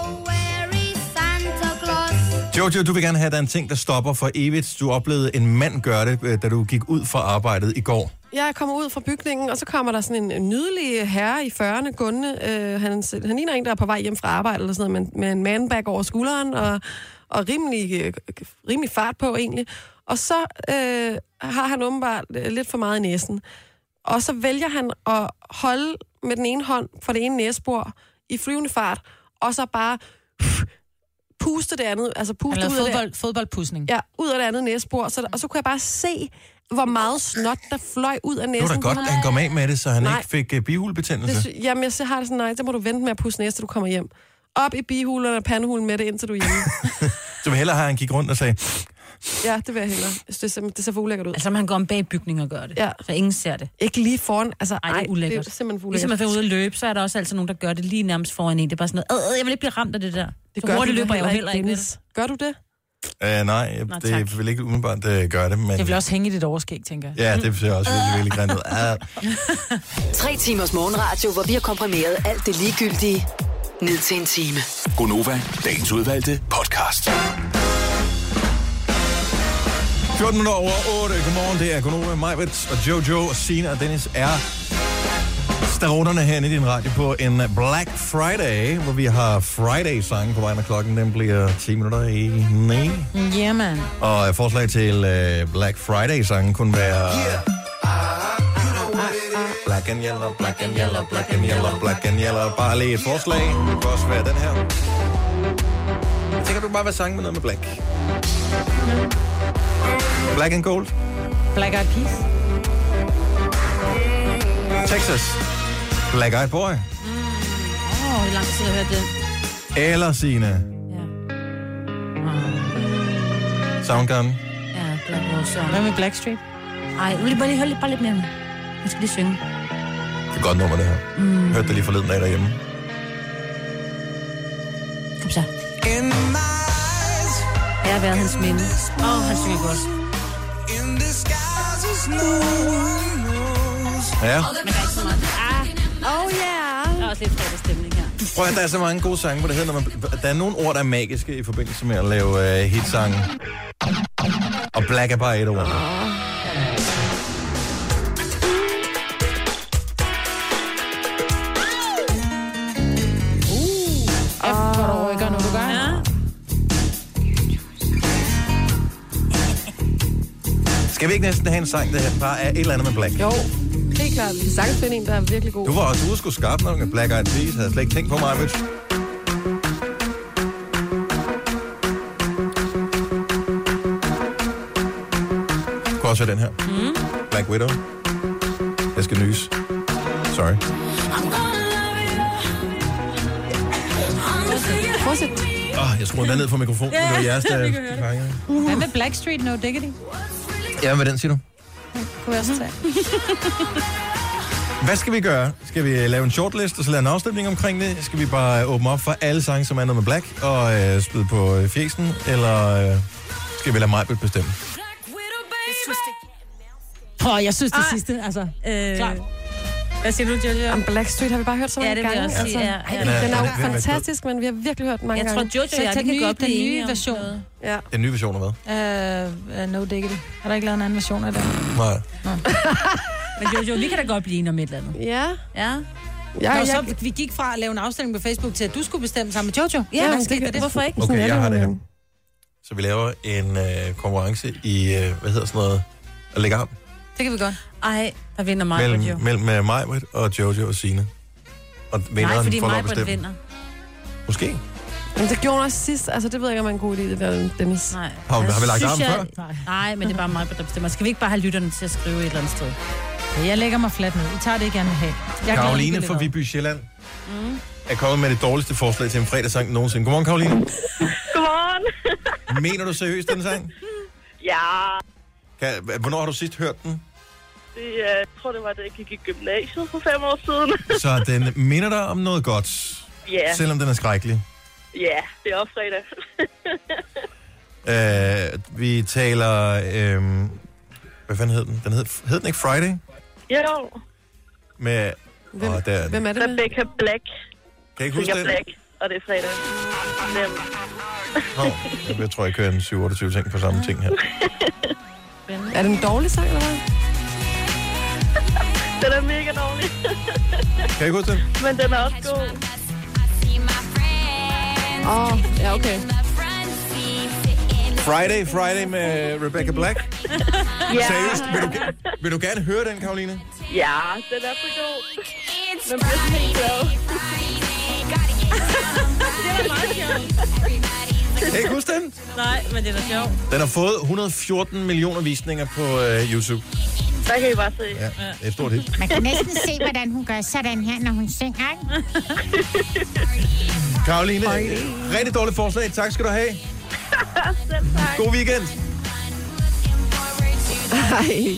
Jojo, du vil gerne have, at der er en ting, der stopper for evigt. Du oplevede en mand gøre det, da du gik ud fra arbejdet i går. Jeg kommer ud fra bygningen, og så kommer der sådan en nydelig herre i fyrrerne gående. Øh, han, han ligner en, der er på vej hjem fra arbejde, eller sådan noget, med, med en manbag over skulderen, og, og rimelig, øh, rimelig fart på egentlig. Og så øh, har han åbenbart lidt for meget i næsen. Og så vælger han at holde med den ene hånd for det ene næsebor i flyvende fart, og så bare puste det andet, altså puste ud fodbold, af det. fodboldpusning. Ja, ud af det andet næsebor. Så, og så kunne jeg bare se, hvor meget snot, der fløj ud af næsen. Det var da godt, at han kom af med det, så han Nej. ikke fik uh, bihulebetændelse. Det, jamen, jeg har det sådan, nej, så må du vente med at puste næste, du kommer hjem. Op i bihulerne og pandehulen med det, indtil du er hjemme. Så hellere har han gik rundt og sagde... Ja, det vil jeg hellere. Det ser, det ser for ulækkert ud. Altså, man går om bag bygningen og gør det. Ja. Så ingen ser det. Ikke lige foran. Altså, ej, det er ulækkert. Det er simpelthen for Ligesom ulækkert. man får ud at løbe, så er der også altid nogen, der gør det lige nærmest foran en. Det er bare sådan noget, øh, jeg vil ikke blive ramt af det der. Det så gør hurtigt du løber jeg jo heller heller ikke. Dennis. Gør du det? Uh, nej, Nå, det tak. vil ikke umiddelbart uh, gøre det, men... Det vil også hænge i dit overskæg, tænker jeg. Ja, det ser også virkelig, virkelig grimt ud. Uh. Tre timers morgenradio, hvor vi har komprimeret alt det ligegyldige ned til en time. Gonova, dagens udvalgte podcast. fjorten minutter over otte. Godmorgen, det er Gonova, Majbert og Jojo og Sina og Dennis er staroterne herinde i din radio på en Black Friday, hvor vi har Friday-sangen på vej, når klokken den bliver ti minutter i ni. Yeah, man. Og forslag til uh, Black Friday-sangen kunne være... Black and yellow, black and yellow, black and yellow, black and yellow. Bare lige et forslag. Det kan også være den her. Jeg tænker, du bare være sangen med noget med black. Black and gold. Black Eyed Peas. Texas. Black Eyed Boy. Åh, oh, det er lang tid at høre den. Eller Signe. Ja. Soundgarden. Ja, Black Rose. Hvad med Blackstreet? Ej, vil I bare lige høre lidt, bare lidt mere nu? Jeg skal lige synge. Det er et godt nummer, det her. Mm. Hørte det lige forleden dag derhjemme. Kom så. Jeg har været hans minde. Åh, oh, han synger godt. Ja. Men der er ikke så meget. Ah, Oh yeah. der er også lidt fredagsstemning her. Prøv at der er så mange gode sange, hvor det hedder, når man, der er nogle ord, der er magiske i forbindelse med at lave uh, hitsange. Og Black er bare et ord. Uh, hvor du rykker, når du gør. Ja. Skal vi ikke næsten have en sang, der bare er et eller andet med Black? Jo, helt klart. Vi kan sagtens finde en, der er virkelig god. Du var, du var sgu skarp nok med Black Eyed Peas. Havde slet ikke tænkt på mig, bitch. Det kunne også være den her. Mm. Black Widow. Jeg skal nys. Sorry. Fortsæt. Åh, oh, jeg skruer den ned for mikrofonen. Ja, Det var jeres, der vi kan høre det. fanger. Hvad med Blackstreet, No Diggity? Ja, hvad den siger du? Kunne jeg også tage. Hvad skal vi gøre? Skal vi lave en shortlist og så lave en afstemning omkring det? Skal vi bare åbne op for alle sange, som er noget med Black, og øh, spide på øh, fjesen? Eller øh, skal vi lade mig bestemme? Åh, oh, jeg synes det Ah. sidste, altså. Øh, Klart. Hvad siger du, Jojo? Om Blackstreet har vi bare hørt så Ja, mange det vil jeg gange. også sige, ja, ja. Ej, den er jo Hvad- hvad- fantastisk, men vi har virkelig hørt den mange Jeg tror, gange. Jojo Så og jeg, tag det den kan nye- godt den blive nye enige om version. noget. Ja. Den nye version af hvad? Uh, uh, No Diggity. Har der ikke lavet en anden version af den? Nej. Men Jojo, vi kan da godt blive enige om et eller andet. Ja. Ja. Ja, Nå, jeg, så vi gik fra at lave en afstemning på Facebook til, at du skulle bestemme sammen med Jojo. Ja, hvad det skete kan- der det? hvorfor ikke? Okay, jeg har det her. jo. Så vi laver en øh, konkurrence i, øh, hvad hedder sådan noget, at lægge arm Det kan vi godt. Ej, der vinder mig, Jojo. mellem, mellem øh, mig og Jojo og Signe. Og vinderen Nej, fordi får lov mig at bestemme. vinder. Måske. Men det gjorde hun også sidst. Altså, det ved jeg ikke, om man er en god idé, det der Dennis. Nej. Har, har vi lagt armen før? Nej. Nej, men det er bare mig, der bestemmer. Skal vi ikke bare have lytterne til at skrive et eller andet sted? Jeg lægger mig fladt ned. I tager det, I gerne vil have. Jeg Karoline fra Viby Sjælland mm. er kommet med det dårligste forslag til en fredagssang nogensinde. Godmorgen, Karoline. Godmorgen. Mener du seriøst den sang? Ja. Kan, hvornår har du sidst hørt den? Det, jeg tror, det var, da jeg gik i gymnasiet for fem år siden. Så den minder dig om noget godt? Ja. Yeah. Selvom den er skrækkelig? Ja, yeah, det er også uh, fredag. vi taler... Uh, hvad fanden hed den? Den hed, hed den ikke Friday? Jo. Med... Hvem, oh, der, hvem er det? Rebecca Black. Kan jeg ikke huske det? Black, og det er fredag. Oh, jeg tror, jeg kører en syv otteogtyve ting på samme ting her. Er det en dårlig sang, eller hvad? Den er mega dårlig. Kan jeg huske den? Men den er også god. Åh, oh, ja, okay. Friday, Friday med Rebecca Black. Ja. Seriøst, vil du, vil du gerne høre den, Karoline? Ja, den er så god. Den bliver sådan helt glad. Det er meget sjovt. Kan I ikke huske den? Nej, men det er da sjovt. Den har fået et hundrede og fjorten millioner visninger på uh, YouTube. Der kan I bare se. Ja, det er et stort hit. Man kan næsten se, hvordan hun gør sådan her, når hun synger, ikke? Karoline, rigtig dårligt forslag. Tak skal du have. Selv tak. God weekend. Hej.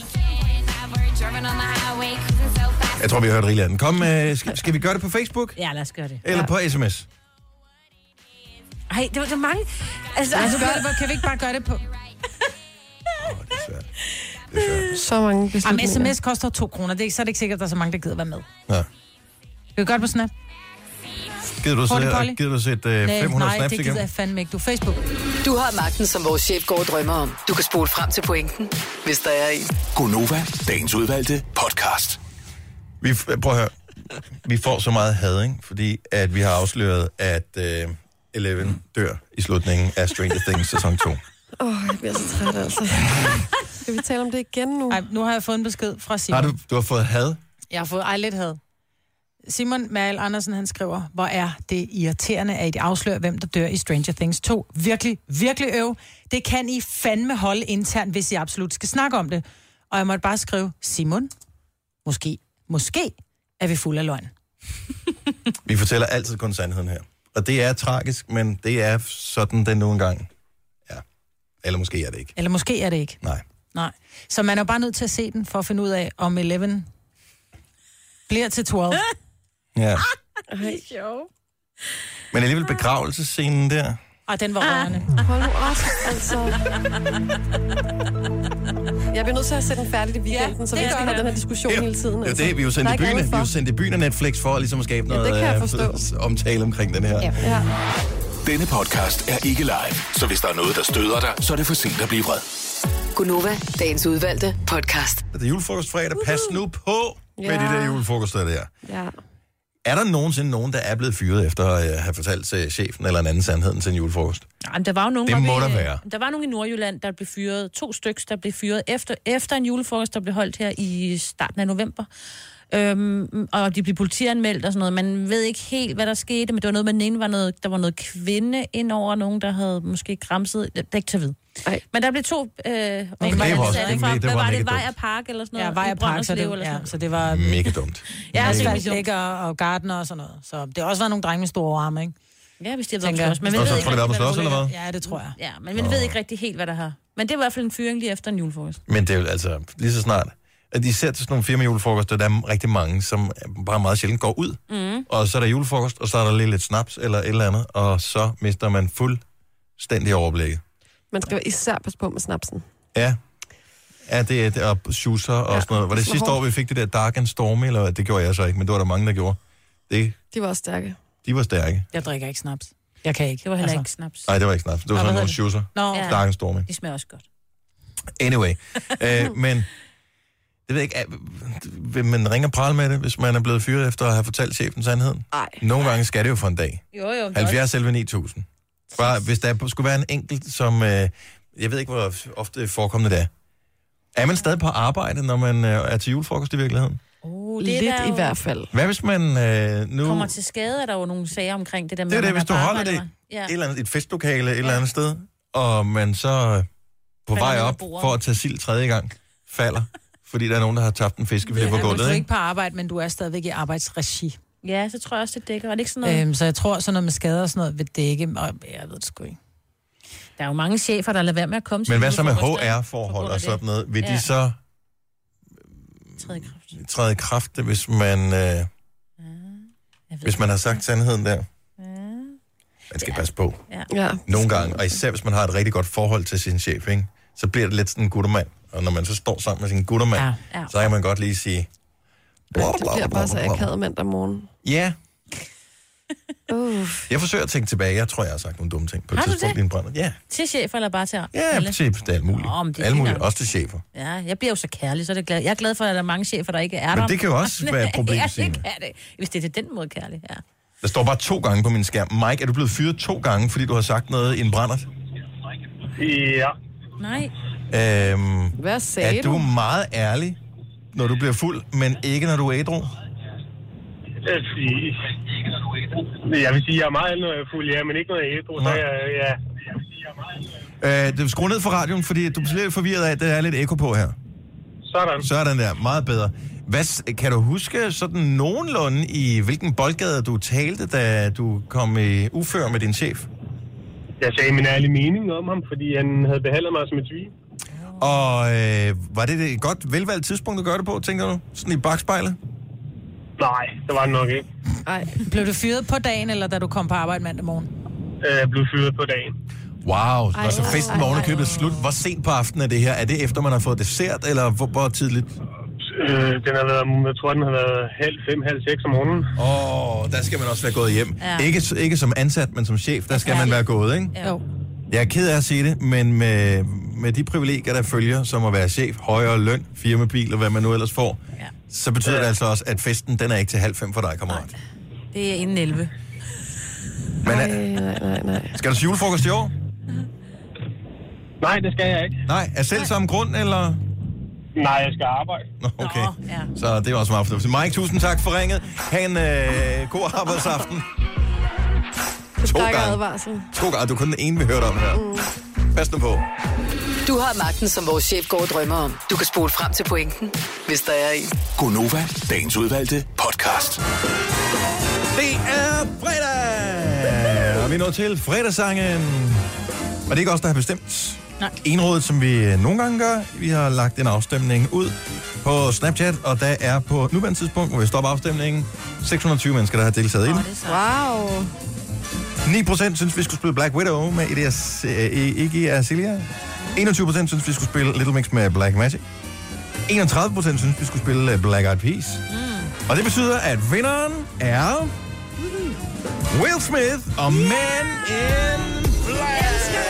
Jeg tror, vi har hørt rigeligt af den. Kom, uh, skal, skal vi gøre det på Facebook? Ja, lad os gøre det. Eller ja. på sms? Ej, det var så mange. Altså, altså gør det, kan vi ikke bare gøre det på... Åh, oh, det er svært. Det er svært. Så mange beslutninger. Jamen, sms koster to kroner. Det er ikke, så er det ikke sikkert, at der er så mange, der gider være med. Ja. Kan vi gøre det på Snap? Gider du sætte uh, sæt, uh, fem hundrede nej, snaps det gider jeg fandme ikke. Du Facebook. Du har magten, som vores chef går og drømmer om. Du kan spole frem til pointen, hvis der er en. Gonova, dagens udvalgte podcast. Vi, prøv at høre. Vi får så meget had, ikke? Fordi at vi har afsløret, at uh, Eleven dør i slutningen af Stranger Things sæson to. Åh, oh, jeg bliver så træt, altså. Skal vi tale om det igen nu? Ej, nu har jeg fået en besked fra Simon. Har du, du har fået had? Jeg har fået ej lidt had. Simon Mal Andersen, han skriver, hvor er det irriterende, at I afslører, hvem der dør i Stranger Things to. Virkelig, virkelig øv. Det kan I fandme holde internt, hvis I absolut skal snakke om det. Og jeg måtte bare skrive, Simon, måske, måske er vi fuld af løgn. Vi fortæller altid kun sandheden her. Og det er tragisk, men det er sådan, den nogle gange. Ja. Eller måske er det ikke. Eller måske er det ikke. Nej. Nej. Så man er jo bare nødt til at se den, for at finde ud af, om Eleven bliver til tolv. Ja. Ej, Men alligevel begravelsescenen der. Og den var rørende. hold nu op, altså. Jeg bliver nødt til at sætte den færdigt i weekenden, ja, så vi ikke skal have den her diskussion hele tiden. Det er Altså. det, vi er jo sendt i byen, vi er jo sendt i byen af Netflix for ligesom at skabe Ja, noget det kan jeg øh, forstå. omtale omkring den her. Ja. Ja. Denne podcast er ikke live, så hvis der er noget, der støder dig, så er det for sent at blive vred. Gunova, dagens udvalgte podcast. Det er julefrokostfredag. Pas nu på med Ja. de der julefrokoster der. Ja. Er der nogensinde nogen, der er blevet fyret efter at have fortalt til chefen eller en anden sandheden til en julefrokost? Jamen, der var jo nogen, Det hvor må vi, der være. Der var nogen i Nordjylland, der blev fyret. To stykker, der blev fyret efter, efter en julefrokost, der blev holdt her i starten af november. Øhm, og de blev politianmeldt og sådan noget. Man ved ikke helt, hvad der skete, men det var noget med, den ene var noget, der var noget kvinde ind over nogen, der havde måske gramset. Det er ikke til at vide. Ej. Men der blev to... Øh, det var også det rimelig- fra, det hvad var var mega det? dumt. Vejr Park eller sådan noget? Ja, Vejr i Park, så det, Brønderslev eller sådan ja, noget. så det var Mega dumt. Ja, det er asfaltlægger og gardener og sådan noget. Så det har også været nogle drenge med store arme, ikke? Ja, hvis de havde Tænker været jeg. slås. Men vi Og så ved ikke tror det var på rigtig, slås, hvad der eller hvad? Ja, det tror jeg. Ja, men vi ved ikke rigtig helt, hvad der har. Men det var i hvert fald en fyring lige efter en julefrokost. Men det er jo altså lige så snart, at de ser til sådan nogle firma julefrokoster, der er rigtig mange, som bare meget sjældent går ud. Mm. Og så er der julefrokost, og så er der lige lidt snaps eller et eller andet, og så mister man fuldstændig overblikket. Man skal især passe på med snapsen. Ja. Ja, det er det, og schusser og Ja, sådan noget. Var det så sidste hårdt. år, vi fik det der Dark and Stormy, eller hvad? Det gjorde jeg så ikke, men det var der mange, der gjorde. Det, De var også stærke. de var stærke. Jeg drikker ikke snaps. Jeg kan ikke. Det var heller Altså. ikke snaps. Nej, det var ikke snaps. Det var Nå, sådan hvad nogle hedder schusser. Nå, Ja. Dark and Stormy. De smager også godt. Anyway. øh, men, det ved jeg ikke, er- vil man ringe og prale med det, hvis man er blevet fyret efter at have fortalt chefen sandheden? Nej. Nogle gange skal det jo for en dag. Jo, jo. det er halvfjerds elleve ni tusind. Bare, hvis der skulle være en enkelt, som... Øh, jeg ved ikke, hvor ofte forekommende det er. Er man stadig på arbejde, når man øh, er til julefrokost i virkeligheden? Uh, Lidt der i jo- hvert fald. Hvad hvis man øh, nu... Kommer til skade, er der jo nogle sager omkring det der med, Det er at det, man hvis du på holder arbejde, det eller- ja. et, eller andet, et festlokale et eller andet sted, og man så øh, på Falder vej ned af op bordet. for at tage sild tredje gang falder, fordi der er nogen, der har tabt en fiskefilet på Ja, du gulvet, er ikke? ikke på arbejde, men du er stadigvæk i arbejdsregi. Ja, så tror jeg også, det dækker. Er det ikke sådan noget? Øhm, så jeg tror, sådan noget med skader og sådan noget vil dække, og jeg ved det sgu ikke. Der er jo mange chefer, der lader være med at komme til Men hvad så med julefrokoster, H på R-forhold grund og af sådan det. noget? Vil Ja. de så Træde i kraft. træde i kraft, hvis man, øh, hvis man har sagt sandheden der? Man skal passe på. Ja. Ja. Nogle gange, og især hvis man har et rigtig godt forhold til sin chef, ikke? Så bliver det lidt sådan en guttermand. Og når man så står sammen med sin guttermand, Ja. Ja. så kan man godt lige sige... Bla, Det bliver bare så akavet mandag morgen. Ja, Uh. jeg forsøger at tænke tilbage. Jeg tror, jeg har sagt nogle dumme ting på et Har du tidspunkt det? i en brænder. Ja, Til chefer eller bare til ja, alle? til det er alt muligt. Nå, men det er Alt muligt, fint nok. også til chefer. Ja, jeg bliver jo så kærlig, så er det glad. Jeg er glad for, at der er mange chefer, der ikke er der. Men det kan jo også være et problem, Ja, Signe. det kan det. Hvis det er til den måde kærlig, ja. Der står bare to gange på min skærm. Mike, er du blevet fyret to gange, fordi du har sagt noget i en brændert? Ja. Nej. Hvad Øhm, sagde er du du? meget ærlig, når du bliver fuld, men ikke når du er ædru? Jeg vil sige, jeg vil sige, jeg er meget ældre, når jeg er fuld, ja, men ikke når jeg er ædru, så Nej. jeg, ja. Øh, du skruer ned for radioen, fordi du bliver lidt forvirret af, at der er lidt ekko på her. Sådan. Så er den der. Meget bedre. Hvad, s- kan du huske sådan nogenlunde i hvilken boldgade du talte, da du kom i ufør med din chef? Jeg sagde min ærlige mening om ham, fordi han havde behandlet mig som et svin. Og øh, var det et godt velvalgt tidspunkt at gøre det på, tænker du? Sådan i bagspejlet? Nej, det var det nok ikke. Nej. Blev du fyret på dagen, eller da du kom på arbejde mandag morgen? Øh, Jeg blev fyret på dagen. Wow, Ej, og så ej, festen ej, var ej. underkøbet slut. Hvor sent på aftenen er det her? Er det efter, man har fået dessert, eller hvor, hvor tidligt? Øh, den har været, jeg tror, den har været halv fem, halv seks om morgenen. Åh, oh, der skal man også være gået hjem. Ja. Ikke, ikke som ansat, men som chef, der skal man være gået, ikke? Ja. Jo. Jeg er ked af at sige det, men med, med de privilegier, der følger, som at være chef, højere løn, firmabil og hvad man nu ellers får, Ja. så betyder det altså også, at festen, den er ikke til halv fem for dig, kammerat. Det er inden elleve. Men Nej, er, nej, nej, nej. skal du til julefrokost i år? Nej, det skal jeg ikke. Nej, af selv samme grund, eller? Nej, jeg skal arbejde. Nå, okay. Nå, ja. Så det er også meget fornuftigt. Mike, tusind tak for ringet. Ha' en øh, god arbejdsaften. To Stærk gange. advarsel. To gange. Du er kun den ene, vi hørte om her. Pas nu på. Du har magten, som vores chef går og drømmer om. Du kan spole frem til pointen, hvis der er en. Gonova, dagens udvalgte podcast. Det er fredag! Og vi er nået til fredagssangen. Og det er ikke os, der har bestemt. Nej. Enrådet, som vi nogle gange gør. Vi har lagt en afstemning ud på Snapchat, og der er på nuværende tidspunkt, hvor vi stopper afstemningen, seks hundrede og tyve mennesker, der har deltaget i den. Wow. ni procent synes, vi skulle spille Black Widow med Iggy Azalea. enogtyve procent synes, vi skulle spille Little Mix med Black Magic. enogtredive procent synes, vi skulle spille Black Eyed Peas. Mm. Og det betyder, at vinderen er Will Smith og Men in Black.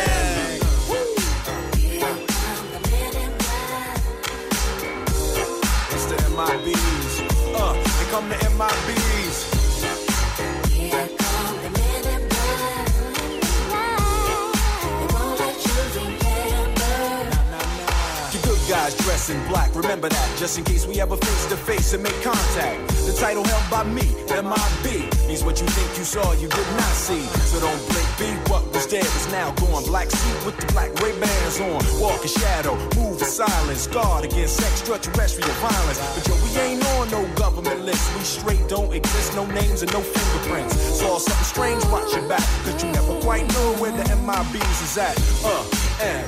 It's the M I Bs. Uh, they come the M I Bs. Guys dressed in black, remember that, just in case we ever face to face and make contact. The title held by me, M I B, means what you think you saw, you did not see. So don't blink, be what was dead is now gone. Black suit with the black Ray-Bans on, walk in shadow, move in silence, guard against extraterrestrial violence. But yo, we ain't on no government list, we straight don't exist, no names and no fingerprints. Saw something strange, watch your back, cause you never quite know where the M I Bs is at. Uh, and...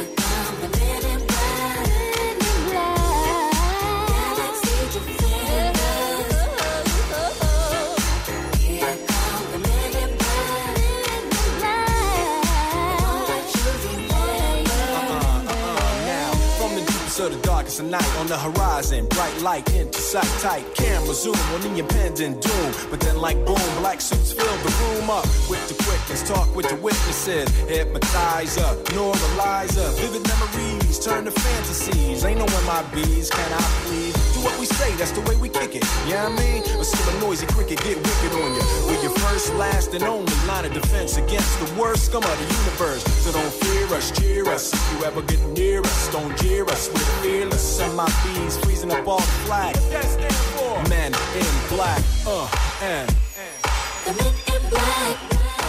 of the darkest of night on the horizon, bright light into sight tight, camera zoom on the impending doom, but then like boom, black suits fill the room up with the quickness, talk with the witnesses, hypnotizer, normalizer, vivid memories turn to fantasies, ain't no M I Bs, can I please do what we say, that's the way we kick it, you know what I mean, or see a noisy cricket get wicked on you, we're your first, last and only line of defense against the worst scum of the universe, so don't fear us, cheer us, if you ever get near us, don't jeer us, we're fearless, M I Bs freezing up all the flag. What that stand for? in black. Uh, and. The men in black.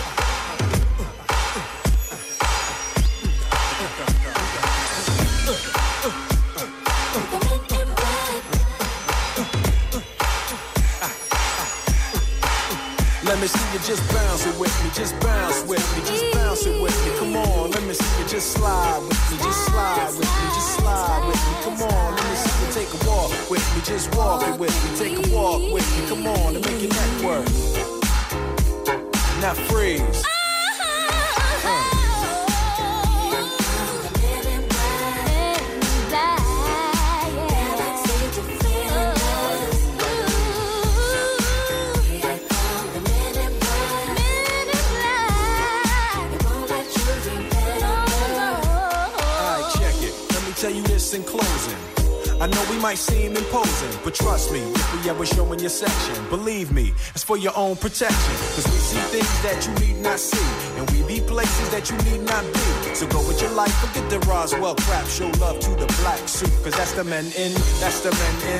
Let me see you just bounce it with me, just bounce with me, just bounce it with me. Come on, let me see you just slide with me, just slide with me, just slide with me. Come on, let me see you take a walk with me, just walk it with me, take a walk with me. Come on, and make your neck work. Now freeze. Uh. Tell you this in closing. I know we might seem imposing, but trust me, if we ever show in your section, believe me, it's for your own protection. Cause we see things that you need not see, and we be places that you need not be. So go with your life, forget the Roswell crap, show love to the black suit. Cause that's the men in, that's the men in.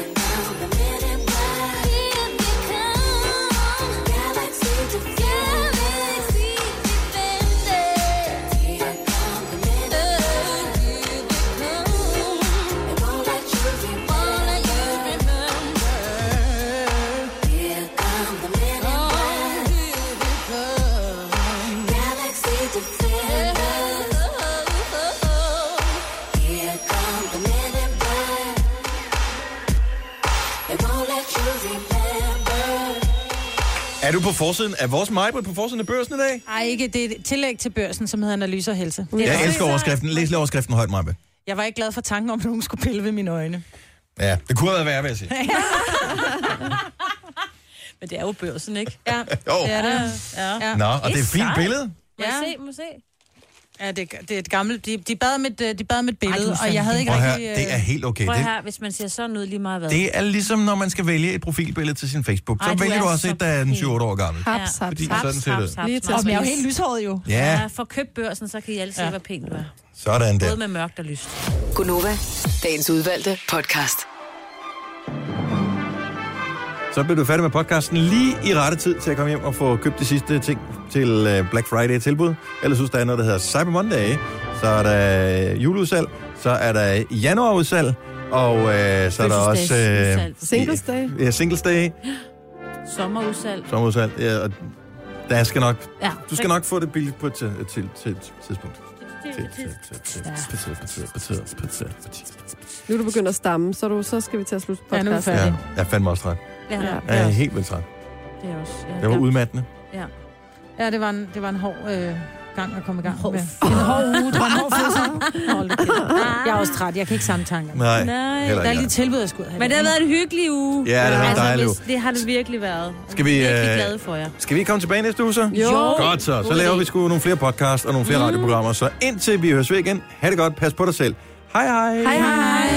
Er du på forsiden af vores Majbrit på forsiden af Børsen i dag? Ej, ikke. Det er et tillæg til Børsen, som hedder Analyse og Helse. Jeg elsker overskriften. Læs lige overskriften højt, Majbrit. Jeg var ikke glad for tanken om, at nogen skulle pille ved mine øjne. Ja, det kunne have været værre, vil jeg sige. Men det er jo Børsen, ikke? Ja, jo. det er det. Ja. Ja. Nå, og det er et fint billede. Må jeg se, må jeg se? Ja, det, det er et gammelt... De, de bad med et, de bad med et billede, Ej, og jeg havde ikke Prøv rigtig... Her, det er helt okay. Prøv det, her, hvis man ser sådan ud lige meget hvad. det er ligesom, når man skal vælge et profilbillede til sin Facebook. Så Ej, du vælger er du også så et, der er den syv otte år gammel. Haps, haps, Fordi haps, sådan ser det ud. Lige til Og at jeg er jo spise. helt lyshåret jo. Ja. Ja, for køb Børsen, så kan I alle se, Ja. hvor pænt du er. Sådan der. Både med mørkt og lyst. Gunova, dagens udvalgte podcast. Så bliver du færdig med podcasten lige i rette tid til at komme hjem og få købt de sidste ting til Black Friday-tilbud. Ellers synes, der er noget, der hedder Cyber Monday. Så er der juleudsalg, så er der januarudsalg, og øh, så er der også... Øh, Singles Day. Ja, Singles Day. Sommerudsalg. Sommerudsalg. Ja, og der skal nok... Ja. Du skal nok få det billigt på et til, til, til et tidspunkt. Nu er du begyndt at stamme, så, du, så skal vi til at slutte Ja, nu er vi podcasten. færdige. Ja, jeg er fandme også træt. Ja, Ja. Jeg er helt vildt træt. det er også. Ja. Det var udmattende. Ja. Ja, det var en, det var en hård øh, gang at komme i gang med. En hård uge, det var en hård fødsel. Hold da kæft. Jeg er også træt, jeg kan ikke samme tanker. Nej, Nej. heller Der er ikke. lige et tilbud, jeg skulle have. Men det har været en hyggelig uge. Ja, det har været altså, dejligt. hvis- Det har det virkelig været. Skal vi, Jeg er virkelig øh, glad for jer. Skal vi komme tilbage næste uge så? Jo. Godt så. Så God laver idé. vi sgu nogle flere podcasts og nogle flere Mm. radioprogrammer. Så indtil vi høres ved igen, ha' det godt, pas på dig selv. Hej hej. Hej hej.